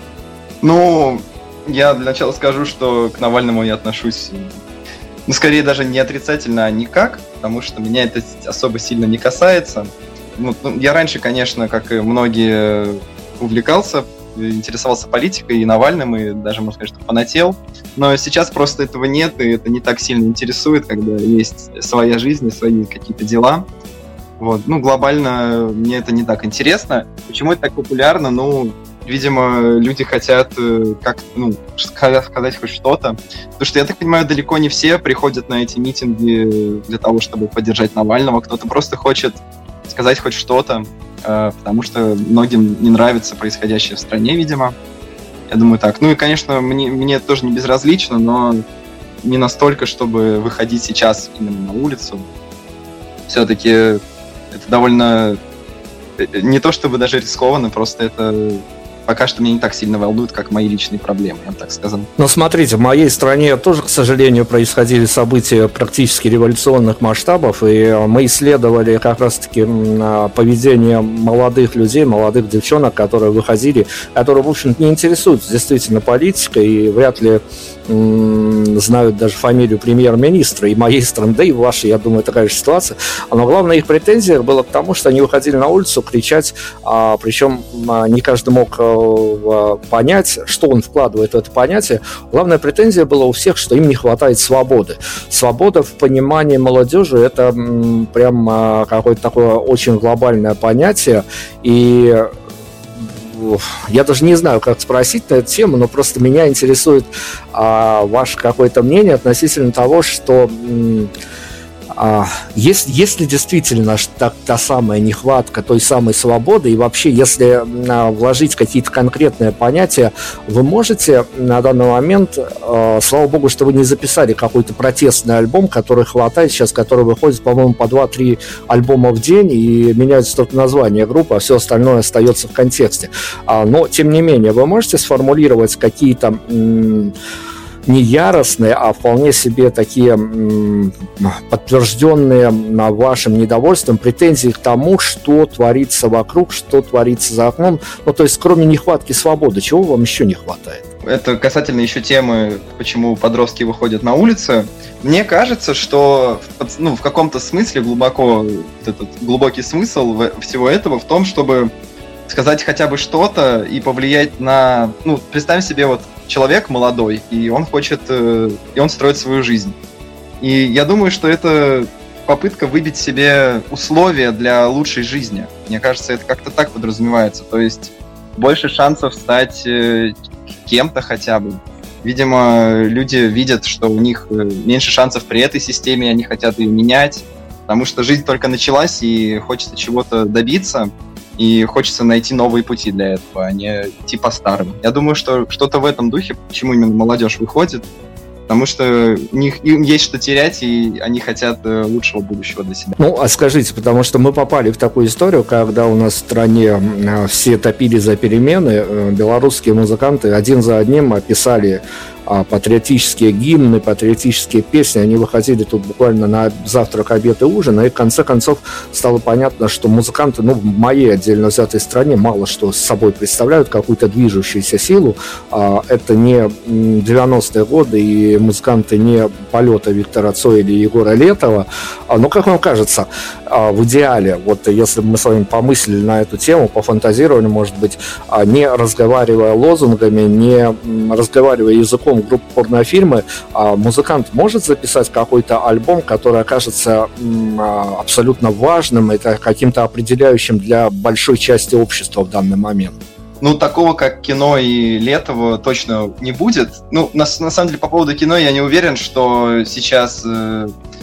Ну, я для начала скажу, что к Навальному я отношусь... Ну, скорее даже не отрицательно, а никак, потому что меня это особо сильно не касается. Ну, я раньше, конечно, как и многие, увлекался, интересовался политикой и Навальным, и даже, можно сказать, что фанател. Но сейчас просто этого нет, и это не так сильно интересует, когда есть своя жизнь и свои какие-то дела. Вот. Ну, глобально мне это не так интересно. Почему это так популярно? Ну, видимо, люди хотят сказать хоть что-то. Потому что, я так понимаю, далеко не все приходят на эти митинги для того, чтобы поддержать Навального. Кто-то просто хочет сказать хоть что-то, потому что многим не нравится происходящее в стране, видимо. Я думаю, так. Ну и, конечно, мне это тоже не безразлично, но не настолько, чтобы выходить сейчас именно на улицу. Все-таки это довольно... Не то чтобы даже рискованно, просто это... Пока что меня не так сильно волнует, как мои личные проблемы, я бы так сказал. Но смотрите, в моей стране тоже, к сожалению, происходили события практически революционных масштабов, и мы исследовали как раз-таки поведение молодых людей, молодых девчонок, которые выходили, которые, в общем-то, не интересуются действительно политикой и вряд ли знают даже фамилию премьер-министра и моей страны, да и вашей, я думаю, такая же ситуация. Но главная их претензия была к тому, что они выходили на улицу кричать, причем не каждый мог понять, что он вкладывает в это понятие. Главная претензия была у всех, что им не хватает свободы. Свобода в понимании молодежи – это прям какое-то такое очень глобальное понятие, и я даже не знаю, как спросить на эту тему, но просто меня интересует ваше какое-то мнение относительно того, что есть ли действительно та самая нехватка той самой свободы, и вообще, если вложить какие-то конкретные понятия, вы можете на данный момент, слава богу, что вы не записали какой-то протестный альбом, который хватает сейчас, который выходит, по-моему, по 2-3 альбома в день, и меняется только название группы, а все остальное остается в контексте. Но, тем не менее, вы можете сформулировать какие-то не яростные, а вполне себе такие подтвержденные вашим недовольством претензии к тому, что творится вокруг, что творится за окном. Ну, то есть, кроме нехватки свободы, чего вам еще не хватает? Это касательно еще темы, почему подростки выходят на улицы. Мне кажется, что в каком-то смысле этот глубокий смысл всего этого в том, чтобы сказать хотя бы что-то и повлиять на... Ну, представь себе, вот человек молодой, и он хочет... И он строит свою жизнь. И я думаю, что это попытка выбить себе условия для лучшей жизни. Мне кажется, это как-то так подразумевается. То есть больше шансов стать кем-то хотя бы. Видимо, люди видят, что у них меньше шансов при этой системе, они хотят ее менять, потому что жизнь только началась, и хочется чего-то добиться. И хочется найти новые пути для этого, а не идти по старым. Я думаю, что что-то в этом духе, почему именно молодежь выходит, потому что им есть что терять, и они хотят лучшего будущего для себя. Ну, а скажите, потому что мы попали в такую историю, когда у нас в стране все топили за перемены, белорусские музыканты один за одним описали патриотические гимны, патриотические песни, они выходили тут буквально на завтрак, обед и ужин, и в конце концов стало понятно, что музыканты, в моей отдельно взятой стране мало что с собой представляют, какую-то движущуюся силу. Это не 90-е годы, и музыканты не полета Виктора Цоя или Егора Летова. Но, как вам кажется, в идеале, вот если бы мы с вами помыслили на эту тему, пофантазировали, может быть, не разговаривая лозунгами, не разговаривая языком группы порнофильмы, музыкант может записать какой-то альбом, который окажется абсолютно важным, это каким-то определяющим для большой части общества в данный момент? Ну, такого, как кино и Летова, точно не будет. Ну, на самом деле, по поводу кино я не уверен, что сейчас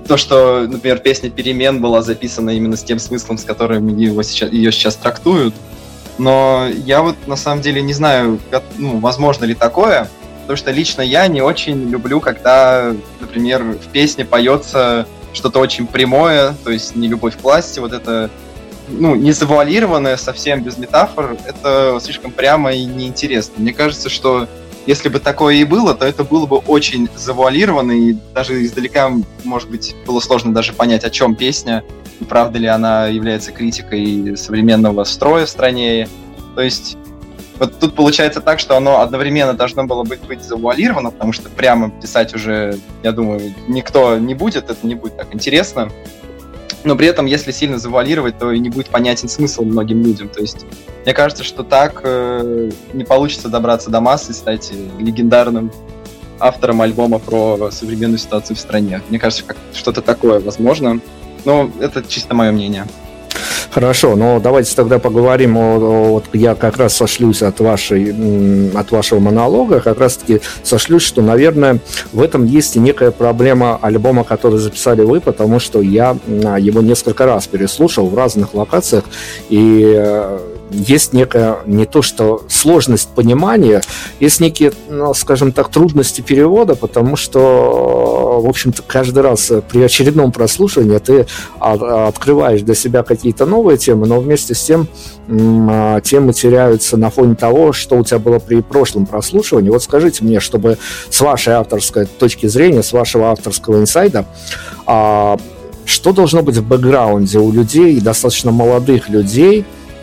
то, что, например, песня «Перемен» была записана именно с тем смыслом, с которым ее сейчас трактуют. Но я вот на самом деле не знаю, возможно ли такое, потому что лично я не очень люблю, когда, например, в песне поется что-то очень прямое, то есть не любовь к власти, вот это, не завуалированное, совсем без метафор, это слишком прямо и неинтересно. Мне кажется, что если бы такое и было, то это было бы очень завуалировано, и даже издалека, может быть, было сложно даже понять, о чем песня, и правда ли она является критикой современного строя в стране. То есть вот тут получается так, что оно одновременно должно было быть завуалировано, потому что прямо писать уже, я думаю, никто не будет, это не будет так интересно. Но при этом, если сильно завуалировать, то и не будет понятен смысл многим людям. То есть мне кажется, что так не получится добраться до массы и стать легендарным автором альбома про современную ситуацию в стране. Мне кажется, что-то такое возможно. Но это чисто мое мнение. Хорошо, но давайте тогда поговорим вот я как раз сошлюсь от вашего монолога, как раз-таки сошлюсь, что, наверное, в этом есть и некая проблема альбома, который записали вы, потому что я его несколько раз переслушал в разных локациях, и есть некая, не то что сложность понимания, есть некие, скажем так, трудности перевода, потому что, в общем-то, каждый раз при очередном прослушивании ты открываешь для себя какие-то новые темы, но вместе с тем темы теряются на фоне того, что у тебя было при прошлом прослушивании. Вот скажите мне, чтобы с вашей авторской точки зрения, с вашего авторского инсайда, что должно быть в бэкграунде у людей, достаточно молодых людей,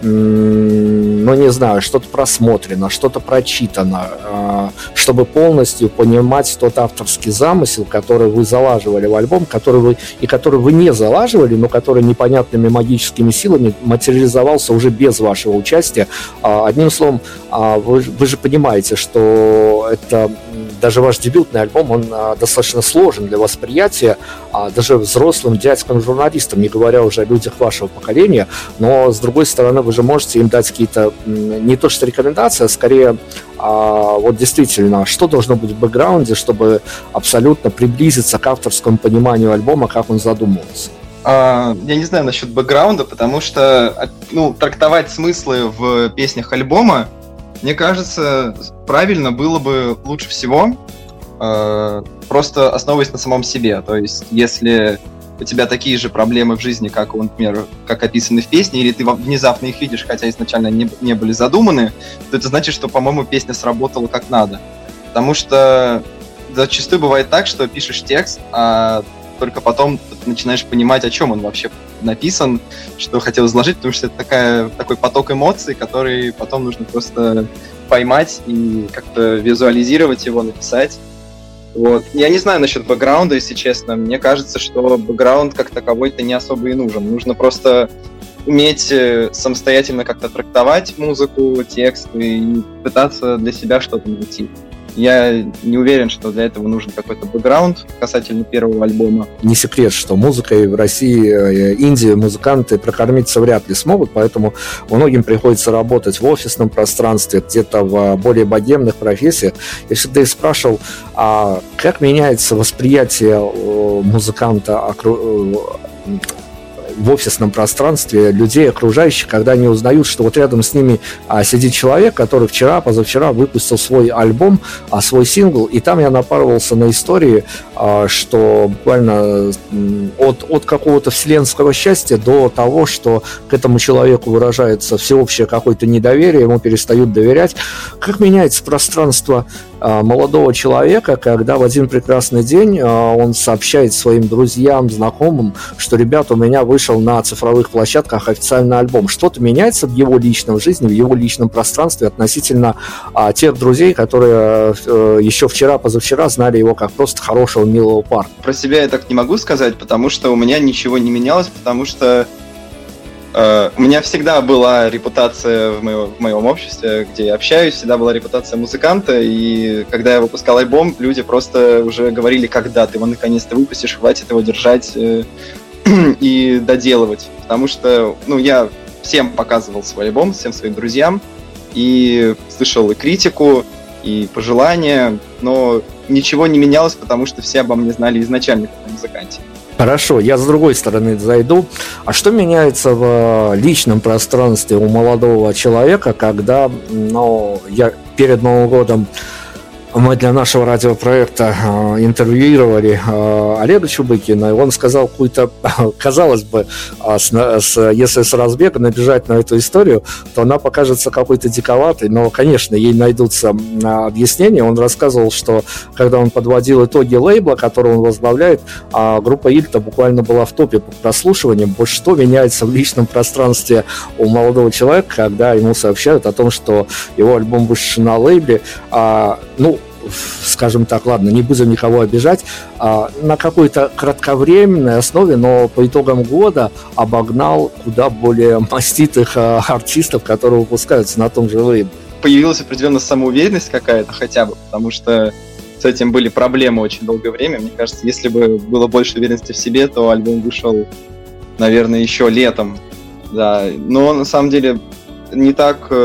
не знаю, что-то просмотрено, что-то прочитано, чтобы полностью понимать тот авторский замысел, который вы залаживали в альбом, который вы не залаживали, но который непонятными магическими силами материализовался уже без вашего участия. Одним словом, вы же понимаете, что это даже ваш дебютный альбом, он достаточно сложен для восприятия, даже взрослым дядькам-журналистам, не говоря уже о людях вашего поколения, но, с другой стороны, вы же можете им дать какие-то, не то что рекомендации, а скорее, вот действительно, что должно быть в бэкграунде, чтобы абсолютно приблизиться к авторскому пониманию альбома, как он задумывался. Я не знаю насчет бэкграунда, потому что трактовать смыслы в песнях альбома, мне кажется, правильно было бы лучше всего просто основываясь на самом себе. То есть, если у тебя такие же проблемы в жизни, как, например, как описаны в песне, или ты внезапно их видишь, хотя изначально не были задуманы, то это значит, что, по-моему, песня сработала как надо. Потому что зачастую бывает так, что пишешь текст, а только потом ты начинаешь понимать, о чем он вообще написан, что хотел изложить, потому что это такой поток эмоций, который потом нужно просто поймать и как-то визуализировать его, написать. Вот. Я не знаю насчет бэкграунда, если честно. Мне кажется, что бэкграунд как таковой-то не особо и нужен. Нужно просто уметь самостоятельно как-то трактовать музыку, текст и пытаться для себя что-то найти. Я не уверен, что для этого нужен какой-то бэкграунд касательно первого альбома. Не секрет, что музыкой в России инди-музыканты прокормиться вряд ли смогут, поэтому многим приходится работать в офисном пространстве, где-то в более богемных профессиях. Я всегда их спрашивал, а как меняется восприятие музыканта в офисном пространстве людей окружающих, когда они узнают, что вот рядом с ними сидит человек, который вчера, позавчера выпустил свой альбом, свой сингл, и там я напарывался на истории, что буквально от какого-то вселенского счастья до того, что к этому человеку выражается всеобщее какое-то недоверие, ему перестают доверять. Как меняется пространство молодого человека, когда в один прекрасный день он сообщает своим друзьям, знакомым, что, ребята, у меня вышел на цифровых площадках официальный альбом. Что-то меняется в его личном жизни, в его личном пространстве относительно тех друзей, которые еще вчера, позавчера знали его как просто хорошего, милого парня. Про себя я так не могу сказать, потому что у меня ничего не менялось, потому что у меня всегда была репутация в моем обществе, где я общаюсь, всегда была репутация музыканта, и когда я выпускал альбом, люди просто уже говорили, когда ты его наконец-то выпустишь, хватит его держать и доделывать. Потому что, я всем показывал свой альбом, всем своим друзьям, и слышал и критику, и пожелания, но ничего не менялось, потому что все обо мне знали изначально как о музыканте. Хорошо, я с другой стороны зайду. А что меняется в личном пространстве у молодого человека, когда, я перед Новым годом мы для нашего радиопроекта интервьюировали Олега Чубыкина, и он сказал какую-то, казалось бы, если с разбега набежать на эту историю, то она покажется какой-то диковатой, но, конечно, ей найдутся объяснения. Он рассказывал, что когда он подводил итоги лейбла, который он возглавляет, группа Ильта буквально была в топе по прослушиваниям. Вот что меняется в личном пространстве у молодого человека, когда ему сообщают о том, что его альбом вышел на лейбле, скажем так, ладно, не будем никого обижать, на какой-то кратковременной основе, но по итогам года обогнал куда более маститых артистов, которые выпускаются на том же лейбле. Появилась определенная самоуверенность какая-то хотя бы, потому что с этим были проблемы очень долгое время. Мне кажется, если бы было больше уверенности в себе, то альбом вышел, наверное, еще летом. Да, но на самом деле не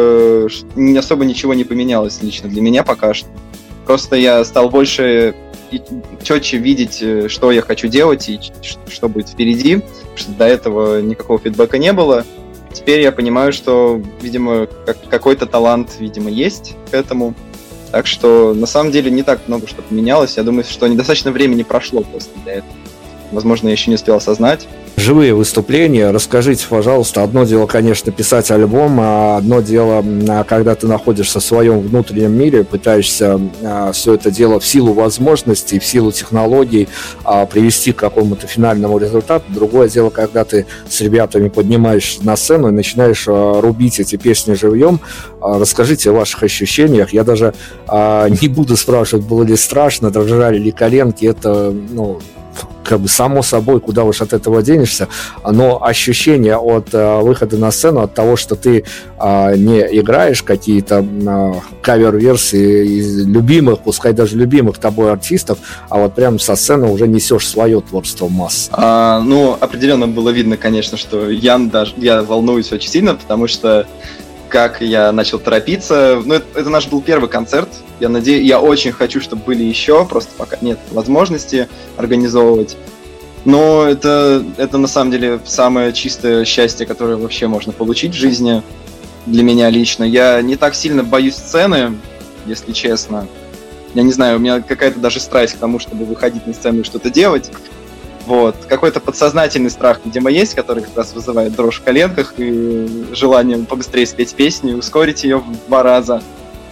особо ничего не поменялось лично для меня пока что. Просто я стал больше и четче видеть, что я хочу делать и что будет впереди, потому что до этого никакого фидбэка не было. Теперь я понимаю, что, видимо, какой-то талант, видимо, есть к этому. Так что, на самом деле, не так много что поменялось. Я думаю, что недостаточно времени прошло просто для этого. Возможно, я еще не успел осознать. Живые выступления. Расскажите, пожалуйста, одно дело, конечно, писать альбом, а одно дело, когда ты находишься в своем внутреннем мире, пытаешься все это дело в силу возможностей, в силу технологий привести к какому-то финальному результату. Другое дело, когда ты с ребятами поднимаешься на сцену и начинаешь рубить эти песни живьем. Расскажите о ваших ощущениях. Я даже не буду спрашивать, было ли страшно, дрожали ли коленки. Это, как бы само собой, куда уж от этого денешься, но ощущение от выхода на сцену, от того, что ты не играешь какие-то кавер-версии из любимых, пускай даже любимых тобой артистов, а вот прям со сцены уже несешь свое творчество в массы. Определенно было видно, конечно, что я волнуюсь очень сильно, потому что как я начал торопиться. Это наш был первый концерт. Я очень хочу, чтобы были еще, просто пока нет возможности организовывать. Но это на самом деле самое чистое счастье, которое вообще можно получить в жизни для меня лично. Я не так сильно боюсь сцены, если честно. Я не знаю, у меня какая-то даже страсть к тому, чтобы выходить на сцену и что-то делать. Вот. Какой-то подсознательный страх, видимо, есть, который как раз вызывает дрожь в коленках и желание побыстрее спеть песню, ускорить ее в 2 раза.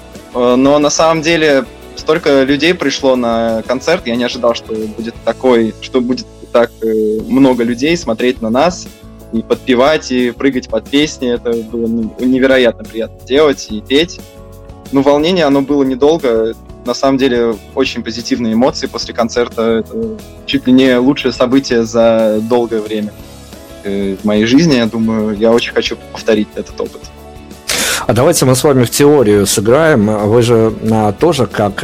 Но на самом деле столько людей пришло на концерт, я не ожидал, что будет так много людей смотреть на нас и подпевать, и прыгать под песни. Это было невероятно приятно делать и петь. Волнение, оно было недолго. На самом деле, очень позитивные эмоции после концерта. Это чуть ли не лучшее событие за долгое время в моей жизни. Я думаю, я очень хочу повторить этот опыт. А давайте мы с вами в теорию сыграем. Вы же тоже как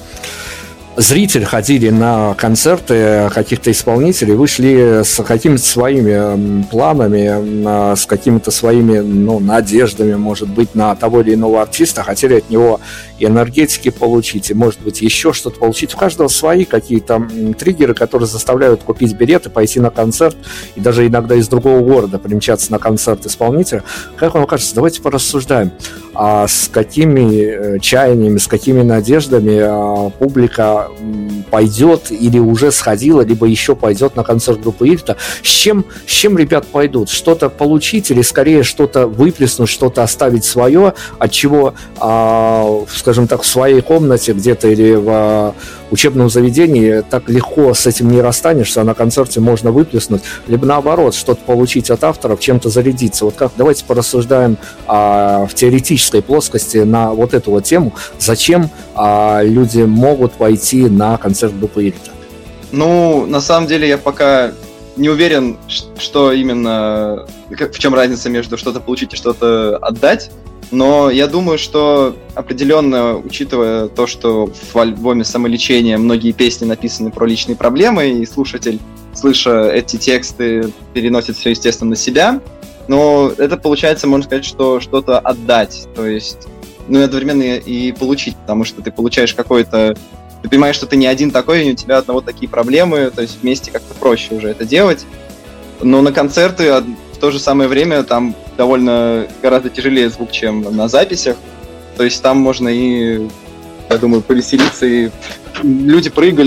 зритель ходили на концерты каких-то исполнителей, вы шли с какими-то своими планами, с какими-то своими надеждами, может быть, на того или иного артиста, хотели от него и энергетики получить, и, может быть, еще что-то получить. У каждого свои какие-то триггеры, которые заставляют купить билеты, пойти на концерт, и даже иногда из другого города примчаться на концерт исполнителя. Как вам кажется, давайте порассуждаем, с какими чаяниями, с какими надеждами публика пойдет или уже сходила, либо еще пойдет на концерт группы Ильта. С чем ребят пойдут? Что-то получить или скорее что-то выплеснуть, что-то оставить свое, от чего, скажем так, в своей комнате где-то или в учебном заведении так легко с этим не расстанешься, а на концерте можно выплеснуть, либо наоборот, что-то получить от авторов, чем-то зарядиться. Вот как, давайте порассуждаем в теоретической плоскости на вот эту вот тему. Зачем люди могут пойти на концерт группы Ильта? На самом деле я пока не уверен, что именно, в чем разница между что-то получить и что-то отдать. Но я думаю, что определенно, учитывая то, что в альбоме «Самолечение» многие песни написаны про личные проблемы, и слушатель, слыша эти тексты, переносит все, естественно, на себя, но это получается, можно сказать, что что-то отдать, то есть, одновременно и получить, потому что ты получаешь какой-то ты понимаешь, что ты не один такой, и у тебя одного такие проблемы, то есть вместе как-то проще уже это делать. Но на концерты в то же самое время там довольно гораздо тяжелее звук, чем на записях. То есть там можно и, я думаю, повеселиться. И люди прыгали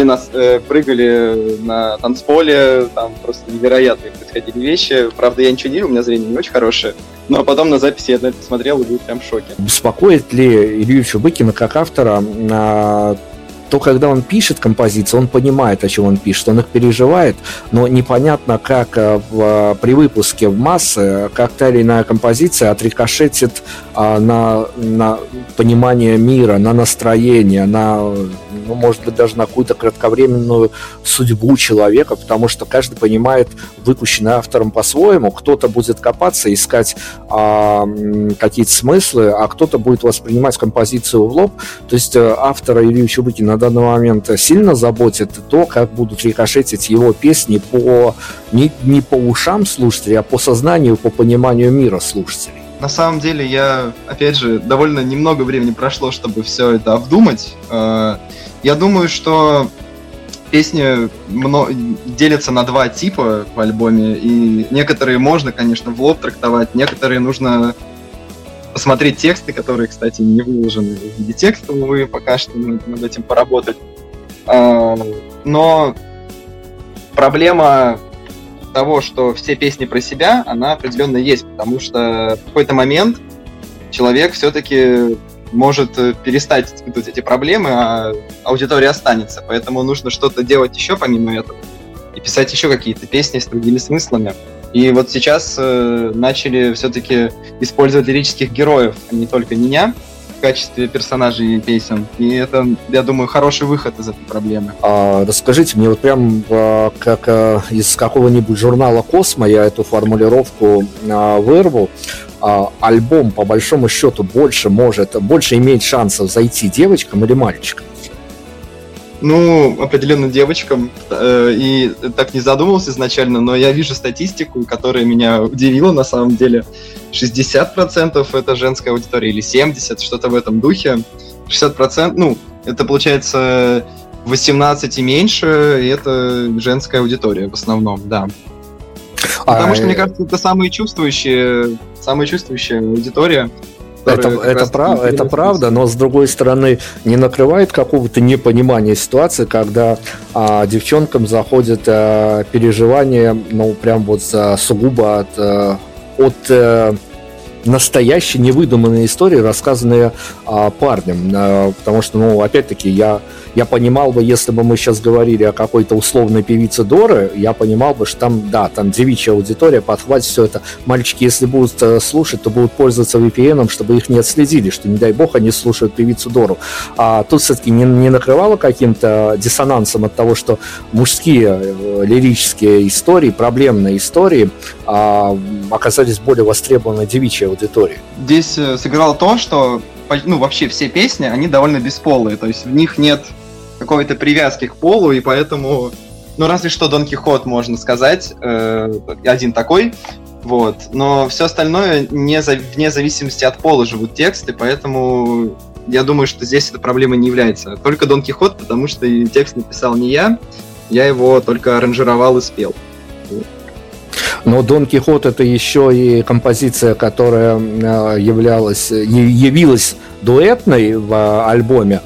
на танцполе, там просто невероятные происходили вещи. Правда, я ничего не видел, у меня зрение не очень хорошее. Но потом на записи я на это посмотрел и был прям в шоке. Беспокоит ли Илью Чубыкина как автора то, когда он пишет композиции, он понимает, о чем он пишет, он их переживает, но непонятно, как при выпуске в массы, как та или иная композиция отрикошетит на понимание мира, на настроение, может быть, даже на какую-то кратковременную судьбу человека, потому что каждый понимает выпущенный автором по-своему. Кто-то будет копаться, искать какие-то смыслы, а кто-то будет воспринимать композицию в лоб. То есть автора Илью Чубыкина на данный момент сильно заботит то, как будут рикошетить его песни не по ушам слушателей, а по сознанию, по пониманию мира слушателей. На самом деле, опять же, довольно немного времени прошло, чтобы все это обдумать. Я думаю, что песни делятся на два типа в альбоме, и некоторые можно, конечно, в лоб трактовать, некоторые нужно посмотреть тексты, которые, кстати, не выложены в виде текста, увы, пока что над этим поработать. Но проблема того, что все песни про себя, она определенно есть, потому что в какой-то момент человек все-таки может перестать испытывать эти проблемы, а аудитория останется. Поэтому нужно что-то делать еще помимо этого и писать еще какие-то песни с другими смыслами. И вот сейчас начали все-таки использовать лирических героев, а не только меня, в качестве персонажей песен. И это, я думаю, хороший выход из этой проблемы. Расскажите мне, вот прям как из какого-нибудь журнала «Космо» я эту формулировку вырву. Альбом, по большому счету, больше имеет шансов зайти девочкам или мальчикам? Ну, определенно девочкам. И так не задумывался изначально, но я вижу статистику, которая меня удивила на самом деле. 60% это женская аудитория, или 70%, что-то в этом духе. 60%, это получается 18 и меньше, и это женская аудитория в основном, да. Потому что, мне кажется, это самая чувствующая аудитория. Это правда, но с другой стороны, не накрывает какого-то непонимания ситуации, когда девчонкам заходят переживания, прям вот сугубо от настоящей невыдуманной истории, рассказанные парнем. Потому что, опять-таки, я понимал бы, если бы мы сейчас говорили о какой-то условной певице Доры, я понимал бы, что там девичья аудитория подхватит все это. Мальчики, если будут слушать, то будут пользоваться VPN, чтобы их не отследили, что, не дай бог, они слушают певицу Дору. А тут все-таки не накрывало каким-то диссонансом от того, что мужские лирические истории, проблемные истории оказались более востребованы девичьей аудиторией. Здесь сыграло то, что вообще все песни, они довольно бесполые, то есть в них нет какой-то привязки к полу, и поэтому, разве что Дон Кихот, можно сказать, один такой, вот, но все остальное вне зависимости от пола живут тексты, поэтому я думаю, что здесь эта проблема не является. Только Дон Кихот, потому что и текст написал не я его только аранжировал и спел. Но Дон Кихот — это еще и композиция, которая явилась дуэтной в альбоме.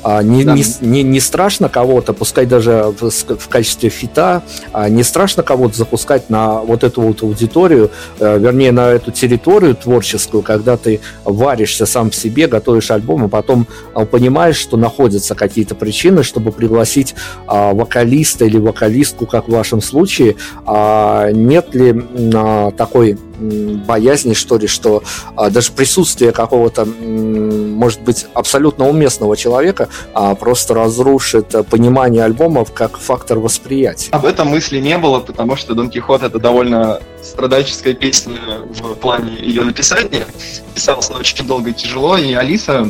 Не страшно кого-то, пускай даже в качестве фита, не страшно кого-то запускать на вот эту вот аудиторию, вернее, на эту территорию творческую, когда ты варишься сам в себе, готовишь альбом, а потом понимаешь, что находятся какие-то причины, чтобы пригласить вокалиста или вокалистку, как в вашем случае. Нет ли такой боязни, что ли, что даже присутствие какого-то, может быть, абсолютно уместного человека просто разрушит понимание альбомов как фактор восприятия? Об этом мысли не было, потому что Дон Кихот — это довольно страдальческая песня в плане ее написания. Писалась она очень долго и тяжело, и Алиса,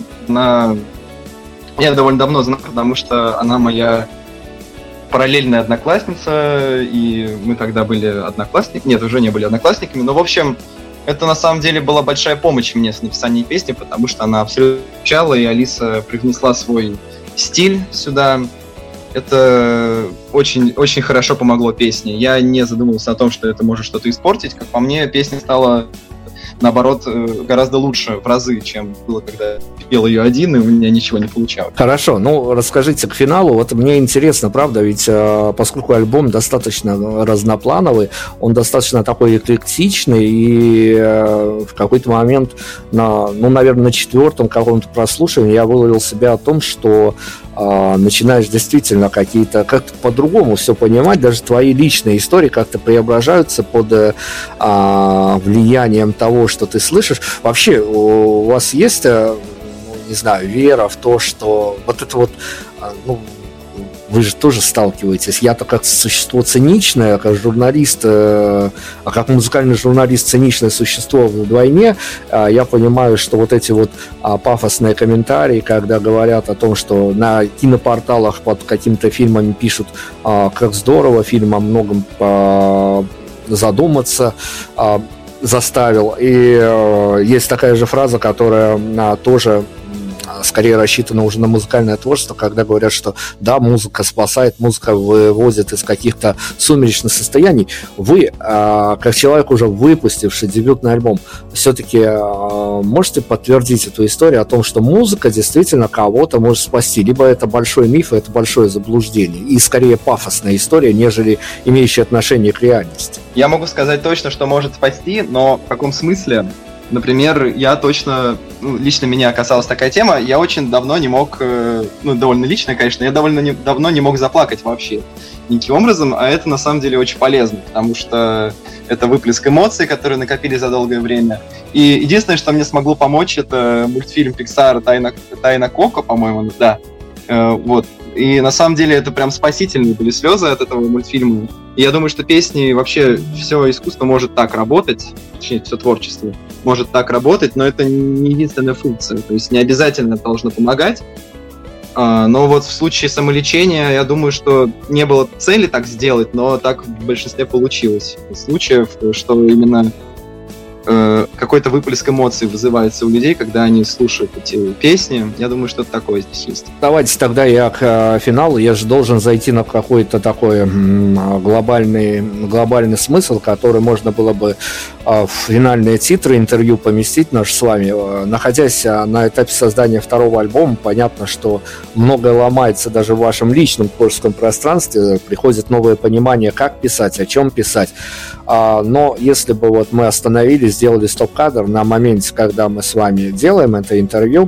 я довольно давно знаю, потому что она моя параллельная одноклассница, и мы тогда были одноклассниками. Нет, уже не были одноклассниками, но, в общем, это на самом деле была большая помощь мне с написанием песни, потому что она абсолютно изучала, и Алиса привнесла свой стиль сюда. Это очень, очень хорошо помогло песне. Я не задумывался о том, что это может что-то испортить. Как по мне, песня стала, наоборот, гораздо лучше в разы, чем было, когда пел ее один, и у меня ничего не получалось. Хорошо, расскажите к финалу. Вот мне интересно, правда, ведь поскольку альбом достаточно разноплановый, он достаточно такой эклектичный, и в какой-то момент, наверное, на 4-м каком-то прослушивании я выловил себя о том, что начинаешь действительно как-то по-другому все понимать, даже твои личные истории как-то преображаются под влиянием того, что ты слышишь. Вообще, у вас есть, не знаю, вера в то, что вот это вот, вы же тоже сталкиваетесь. Я-то как существо циничное, как журналист, как музыкальный журналист циничное существо вдвойне, я понимаю, что вот эти вот пафосные комментарии, когда говорят о том, что на кинопорталах под какими-то фильмами пишут, как здорово, фильм о многом задуматься заставил. И есть такая же фраза, которая тоже скорее рассчитана уже на музыкальное творчество, когда говорят, что да, музыка спасает, музыка выводит из каких-то сумеречных состояний. Вы, как человек, уже выпустивший дебютный альбом, все-таки можете подтвердить эту историю о том, что музыка действительно кого-то может спасти? Либо это большой миф, это большое заблуждение, и скорее пафосная история, нежели имеющая отношение к реальности? Я могу сказать точно, что может спасти, но в каком смысле? Например, я точно, лично меня касалась такая тема, я очень давно не мог, довольно лично, конечно, я довольно давно не мог заплакать вообще никаким образом, а это на самом деле очень полезно, потому что это выплеск эмоций, которые накопились за долгое время. И единственное, что мне смогло помочь, это мультфильм Pixar «Тайна Коко», по-моему, да. Вот. И на самом деле это прям спасительные были слезы от этого мультфильма. И я думаю, что песни, вообще все искусство может так работать, точнее, все творчество может так работать, но это не единственная функция. То есть не обязательно это должно помогать. Но вот в случае самолечения, я думаю, что не было цели так сделать, но так в большинстве получилось случаев, что именно какой-то выплеск эмоций вызывается у людей, когда они слушают эти песни. Я думаю, что-то такое здесь есть. Давайте тогда я к финалу. Я же должен зайти на какой-то такой глобальный смысл, который можно было бы в финальные титры интервью поместить наш с вами. Находясь на этапе создания второго альбома, понятно, что многое ломается даже в вашем личном творческом пространстве. Приходит новое понимание, как писать, о чем писать. Но если бы вот мы остановились, сделали стоп-кадр на моменте, когда мы с вами делаем это интервью,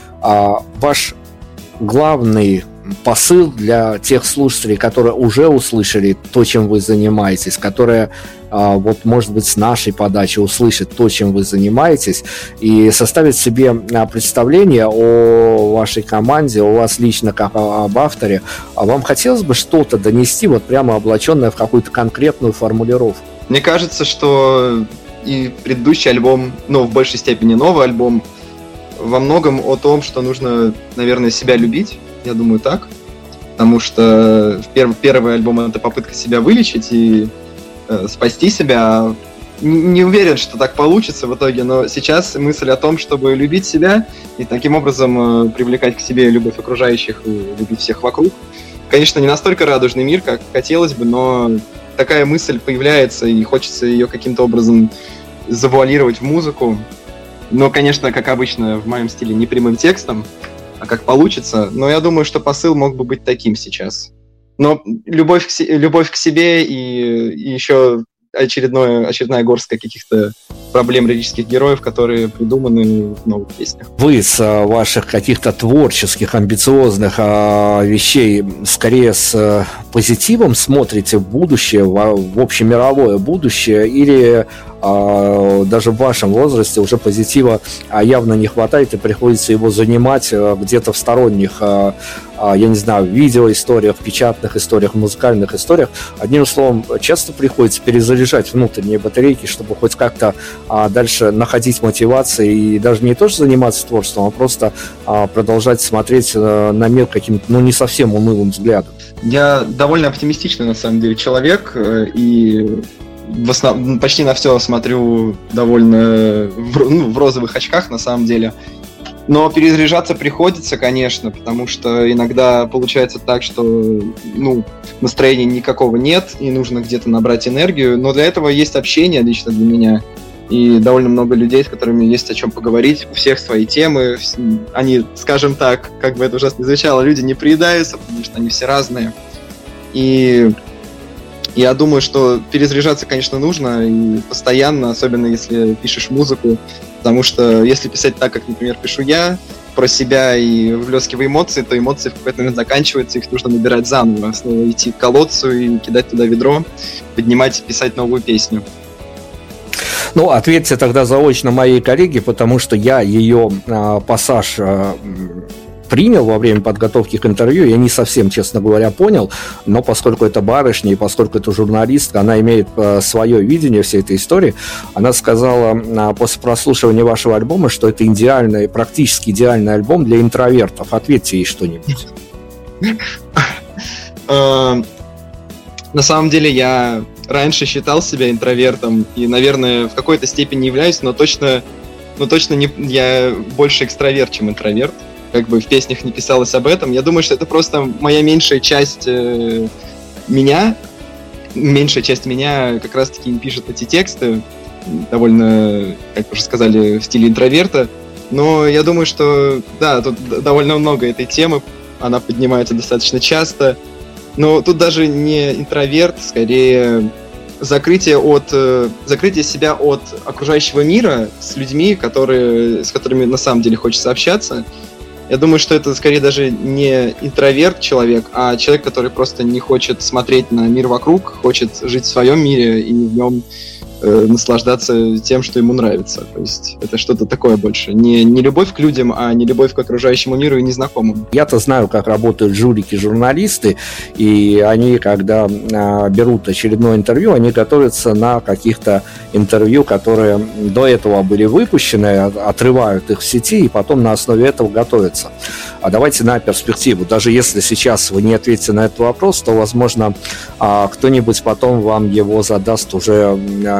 ваш главный посыл для тех слушателей, которые уже услышали то, чем вы занимаетесь, которые, вот, может быть, с нашей подачи услышат то, чем вы занимаетесь, и составить себе представление о вашей команде, о вас лично как об авторе, вам хотелось бы что-то донести, вот прямо облаченное в какую-то конкретную формулировку? Мне кажется, что и предыдущий альбом, в большей степени новый альбом, во многом о том, что нужно, наверное, себя любить, я думаю, так. Потому что первый альбом — это попытка себя вылечить и спасти себя. Не уверен, что так получится в итоге, но сейчас мысль о том, чтобы любить себя и таким образом привлекать к себе любовь окружающих и любить всех вокруг. Конечно, не настолько радужный мир, как хотелось бы, но такая мысль появляется, и хочется ее каким-то образом завуалировать в музыку. Но, конечно, как обычно, в моем стиле не прямым текстом, а как получится. Но я думаю, что посыл мог бы быть таким сейчас. Но любовь к себе и еще очередная горстка каких-то проблем лирических героев, которые придуманы в новых песнях. Вы с ваших каких-то творческих, амбициозных вещей скорее с позитивом смотрите в будущее, в общемировое будущее, или даже в вашем возрасте уже позитива явно не хватает и приходится его занимать где-то в сторонних, я не знаю, видеоисториях, печатных историях, музыкальных историях? Одним словом, часто приходится перезаряжать внутренние батарейки, чтобы хоть как-то дальше находить мотивации и даже не то, что заниматься творчеством, а просто продолжать смотреть на мир каким-то, не совсем унылым взглядом. Я довольно оптимистичный, на самом деле, человек, и почти на все смотрю довольно в розовых очках, на самом деле. Но перезаряжаться приходится, конечно, потому что иногда получается так, что настроения никакого нет, и нужно где-то набрать энергию. Но для этого есть общение лично для меня. И довольно много людей, с которыми есть о чем поговорить. У всех свои темы. Они, скажем так, как бы это ужасно не звучало, люди не приедаются, потому что они все разные. И я думаю, что перезаряжаться, конечно, нужно и постоянно, особенно если пишешь музыку. Потому что если писать так, как, например, пишу я, про себя и выплескивая эмоции, то эмоции в какой-то момент заканчиваются, их нужно набирать заново. Снова идти к колодцу и кидать туда ведро, поднимать и писать новую песню. Ну, ответьте тогда заочно моей коллеге, потому что я ее пассаж принял во время подготовки к интервью, я не совсем, честно говоря, понял, но поскольку это барышня и поскольку это журналистка, она имеет свое видение всей этой истории, она сказала после прослушивания вашего альбома, что это идеальный, практически идеальный альбом для интровертов. Ответьте ей что-нибудь. На самом деле я раньше считал себя интровертом и, наверное, в какой-то степени являюсь, но точно не, я больше экстраверт, чем интроверт. Как бы в песнях не писалось об этом. Я думаю, что это просто моя меньшая часть меня. Меньшая часть меня как раз-таки пишет эти тексты, довольно, как уже сказали, в стиле интроверта. Но я думаю, что, да, тут довольно много этой темы, она поднимается достаточно часто. Но тут даже не интроверт, скорее закрытие себя от окружающего мира с людьми, с которыми на самом деле хочется общаться. Я думаю, что это скорее даже не интроверт человек, а человек, который просто не хочет смотреть на мир вокруг, хочет жить в своем мире и в нем наслаждаться тем, что ему нравится. То есть это что-то такое больше. Не любовь к людям, а не любовь к окружающему миру и незнакомым. Я-то знаю, как работают журики-журналисты, и они, когда берут очередное интервью, они готовятся на каких-то интервью, которые до этого были выпущены, отрывают их в сети, и потом на основе этого готовятся. А давайте на перспективу. Даже если сейчас вы не ответите на этот вопрос, то, возможно, кто-нибудь потом вам его задаст уже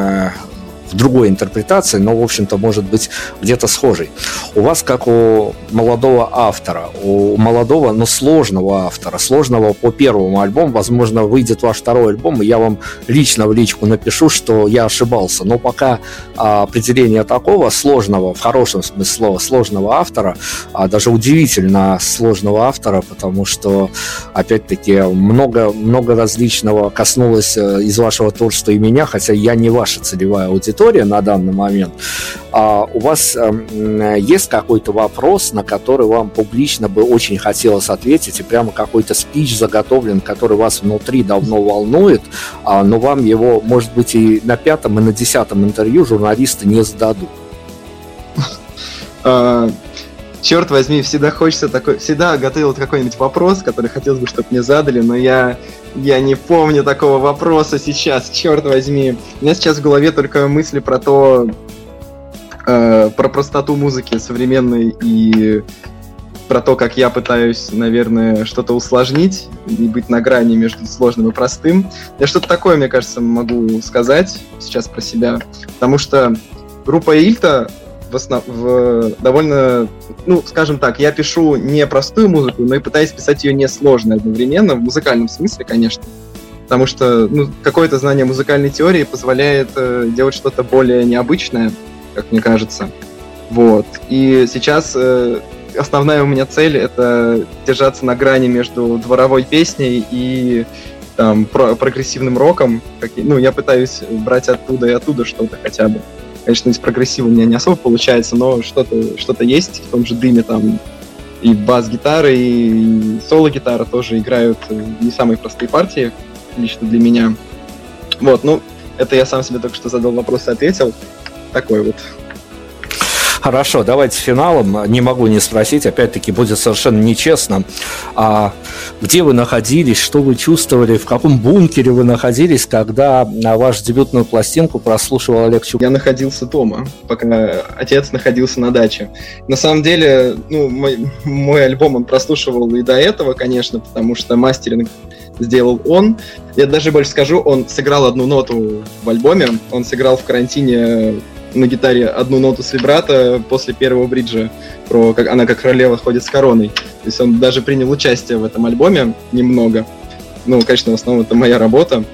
в другой интерпретации, но, в общем-то, может быть где-то схожей. У вас, как у молодого автора, у молодого, но сложного автора, сложного по первому альбому, возможно, выйдет ваш второй альбом, и я вам лично в личку напишу, что я ошибался. Но пока определение такого сложного, в хорошем смысле слова, сложного автора, даже удивительно сложного автора, потому что, опять-таки, много различного коснулось из вашего творчества и меня, хотя я не ваша целевая аудитория на данный момент. У вас есть какой-то вопрос, на который вам публично бы очень хотелось ответить, и прямо какой-то спич заготовлен, который вас внутри давно волнует, но вам его, может быть, и на 5-м, и на 10-м интервью журналисты не зададут? Черт возьми, всегда готовил какой-нибудь вопрос, который хотелось бы, чтобы мне задали, но я не помню такого вопроса сейчас, черт возьми. У меня сейчас в голове только мысли про простоту музыки современной и про то, как я пытаюсь, наверное, что-то усложнить и быть на грани между сложным и простым. Я что-то такое, мне кажется, могу сказать сейчас про себя, потому что группа Ильта довольно, скажем так, я пишу не простую музыку, но и пытаюсь писать ее несложно одновременно, в музыкальном смысле, конечно. Потому что какое-то знание музыкальной теории позволяет делать что-то более необычное, как мне кажется. Вот. И сейчас основная у меня цель — это держаться на грани между дворовой песней и прогрессивным роком. Я пытаюсь брать оттуда и оттуда что-то хотя бы. Конечно, из прогрессива у меня не особо получается, но что-то есть в том же дыме, там и бас-гитара, и соло-гитара тоже играют не самые простые партии, лично для меня. Вот, это я сам себе только что задал вопрос и ответил. Такой вот. Хорошо, давайте финалом. Не могу не спросить, опять-таки будет совершенно нечестно. Где вы находились, что вы чувствовали, в каком бункере вы находились, когда вашу дебютную пластинку прослушивал Олег Чуб? Я находился дома, пока отец находился на даче. На самом деле, мой альбом он прослушивал и до этого, конечно, потому что мастеринг сделал он. Я даже больше скажу, он сыграл одну ноту в альбоме, он сыграл в карантине на гитаре одну ноту с вибрато после первого бриджа, про как она как королева ходит с короной. То есть он даже принял участие в этом альбоме немного. Ну, конечно, в основном это моя работа.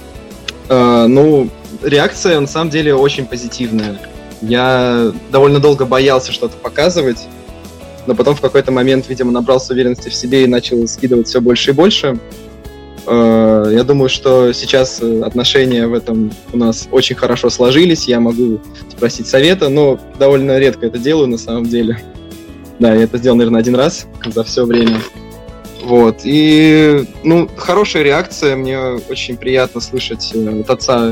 Реакция на самом деле очень позитивная. Я довольно долго боялся что-то показывать, но потом в какой-то момент, видимо, набрался уверенности в себе и начал скидывать все больше и больше. Я думаю, что сейчас отношения в этом у нас очень хорошо сложились, я могу спросить совета, но довольно редко это делаю на самом деле. Да, я это сделал, наверное, один раз за все время. Вот, и, хорошая реакция, мне очень приятно слышать от отца,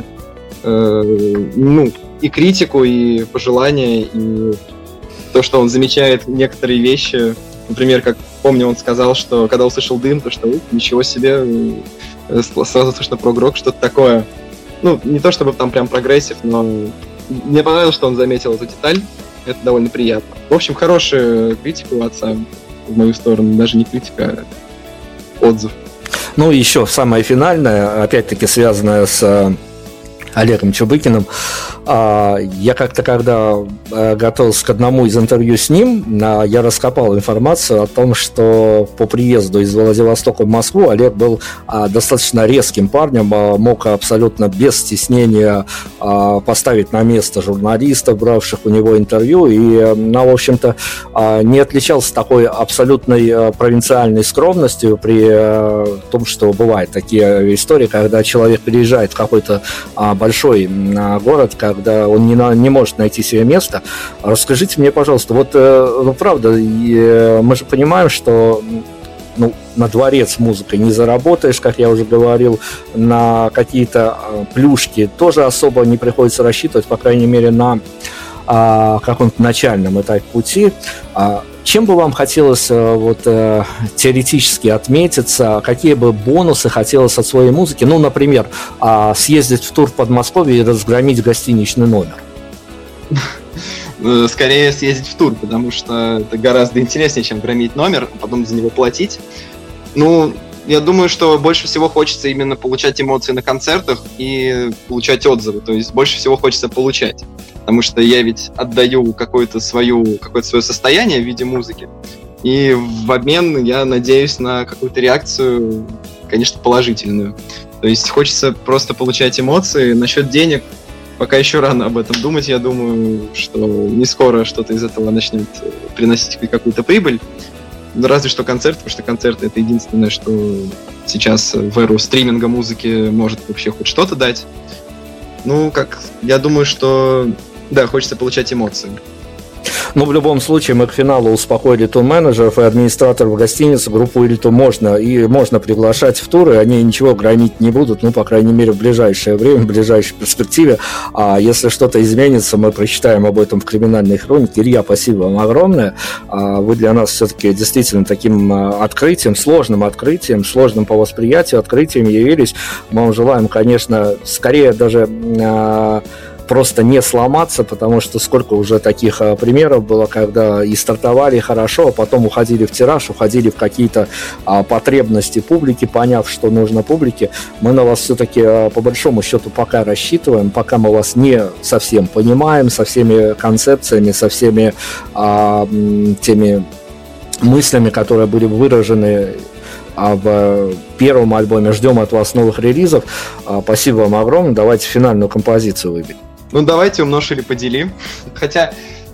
и критику, и пожелания, и то, что он замечает некоторые вещи. Например, как помню, он сказал, что когда услышал «Дым», то что ничего себе, сразу слышно прогрок, что-то такое. Не то чтобы там прям прогрессив, но мне понравилось, что он заметил эту деталь. Это довольно приятно. В общем, хорошая критика у отца в мою сторону. Даже не критика, а отзыв. Еще самое финальное, опять-таки связанное с Олегом Чубыкиным. Я как-то, когда готовился к одному из интервью с ним, я раскопал информацию о том, что по приезду из Владивостока в Москву Олег был достаточно резким парнем, мог абсолютно без стеснения поставить на место журналистов, бравших у него интервью, и, в общем-то, не отличался такой абсолютной провинциальной скромностью при том, что бывают такие истории, когда человек переезжает в какой-то большой город, когда он не может найти себе место. Расскажите мне, пожалуйста, правда, мы же понимаем, что на дворец музыкой не заработаешь, как я уже говорил, на какие-то плюшки тоже особо не приходится рассчитывать, по крайней мере, на каком-то начальном этапе пути. Чем бы вам хотелось теоретически отметиться, какие бы бонусы хотелось от своей музыки? Например, съездить в тур в Подмосковье и разгромить гостиничный номер. Скорее съездить в тур, потому что это гораздо интереснее, чем громить номер, а потом за него платить. Я думаю, что больше всего хочется именно получать эмоции на концертах и получать отзывы. То есть больше всего хочется получать. Потому что я ведь отдаю какое-то свое состояние в виде музыки. И в обмен я надеюсь на какую-то реакцию, конечно, положительную. То есть хочется просто получать эмоции. Насчет денег пока еще рано об этом думать. Я думаю, что не скоро что-то из этого начнет приносить какую-то прибыль. Разве что концерт, потому что концерты — это единственное, что сейчас в эру стриминга музыки может вообще хоть что-то дать. Я думаю, что да, хочется получать эмоции. В любом случае, мы к финалу успокоили тур-менеджеров и администраторов гостиницы. Группу «Элиту» можно приглашать в туры, они ничего громить не будут, по крайней мере, в ближайшее время, в ближайшей перспективе. А если что-то изменится, мы прочитаем об этом в криминальной хронике. Илья, спасибо вам огромное. Вы для нас все-таки действительно таким открытием, сложным по восприятию, открытием явились. Мы вам желаем, конечно, скорее даже просто не сломаться, потому что сколько уже таких примеров было, когда и стартовали хорошо, а потом уходили в тираж, уходили в какие-то потребности публики, поняв, что нужно публике. Мы на вас все-таки по большому счету пока рассчитываем, пока мы вас не совсем понимаем, со всеми концепциями, со всеми теми мыслями, которые были выражены в первом альбоме. Ждем от вас новых релизов. Спасибо вам огромное. Давайте финальную композицию выберем. Давайте «Умножь или подели». Хотя,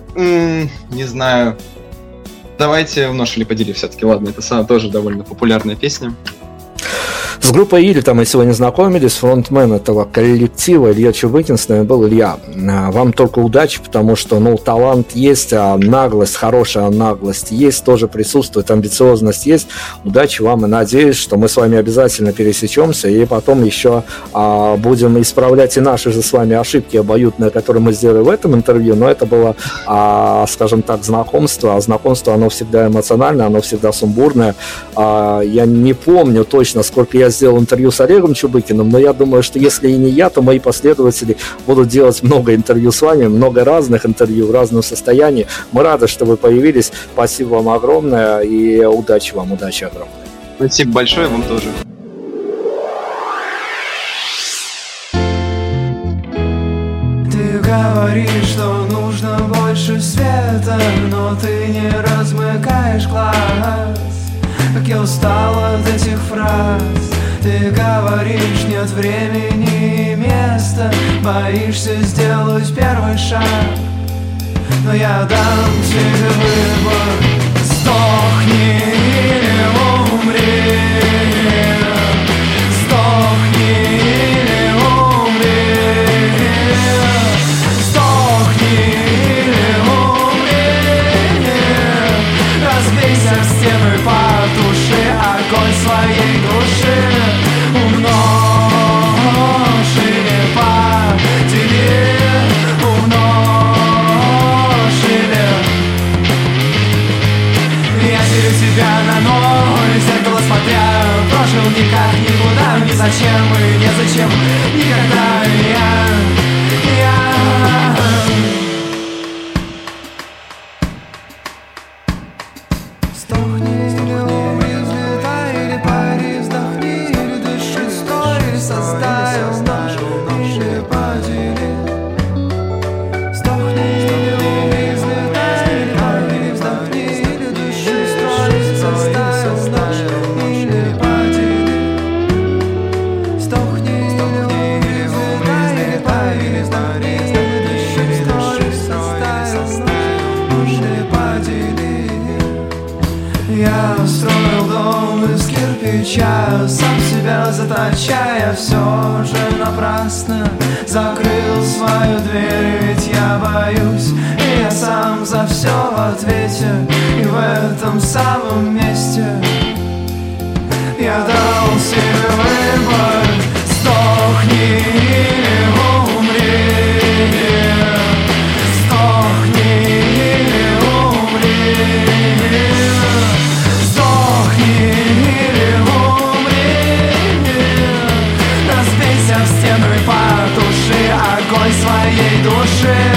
не знаю. Давайте «Умножь или подели» все-таки. Ладно, это тоже довольно популярная песня. С группой «Элита» мы сегодня знакомились. Фронтмен этого коллектива Илья Чубыкин с нами был. Илья, вам только удачи, потому что, талант есть, а наглость, хорошая наглость есть, тоже присутствует, амбициозность есть. Удачи вам и надеюсь, что мы с вами обязательно пересечемся и потом еще будем исправлять и наши же с вами ошибки обоюдные, которые мы сделали в этом интервью. Но это было, скажем так, знакомство. А знакомство, оно всегда эмоциональное, оно всегда сумбурное. Я не помню точно, сколько я сделал интервью с Олегом Чубыкиным, но я думаю, что если и не я, то мои последователи будут делать много интервью с вами, много разных интервью в разном состоянии. Мы рады, что вы появились. Спасибо вам огромное и удачи вам, удачи огромное. Спасибо большое, вам тоже. Ты говоришь, что нужно больше света, но ты не размыкаешь глаз. Как я устал от этих фраз. Ты говоришь, нет времени и места, боишься сделать первый шаг. Но я дам тебе выбор: сдохни или умри. Сдохни или умри. Сдохни или умри. Разбейся в стену и потуши огонь своей души. Умножь или подели. Тебя на ноль, зеркало смотря, прожил никак, никуда, ни зачем и незачем, никогда я. Сдохни или умри, взлетай или пари, вздохни или дыши, стой, создай, умножь или подели. Сдохни или умри, взлетай или пари, вздохни или дыши, стой, создай, умножь или подели. Сдохни или умри, взлетай или пари, вздохни или дыши, стой, создай, умножь или подели. Я строил дом из кирпича, сам себя заточая, все же напрасно закрыл свою дверь, ведь я боюсь, и я сам за все в ответе. И в этом самом месте я дал себе выбор: сдохни или умри. Сдохни или умри. Сдохни или умри. Разбейся в стену и потуши огонь своей души.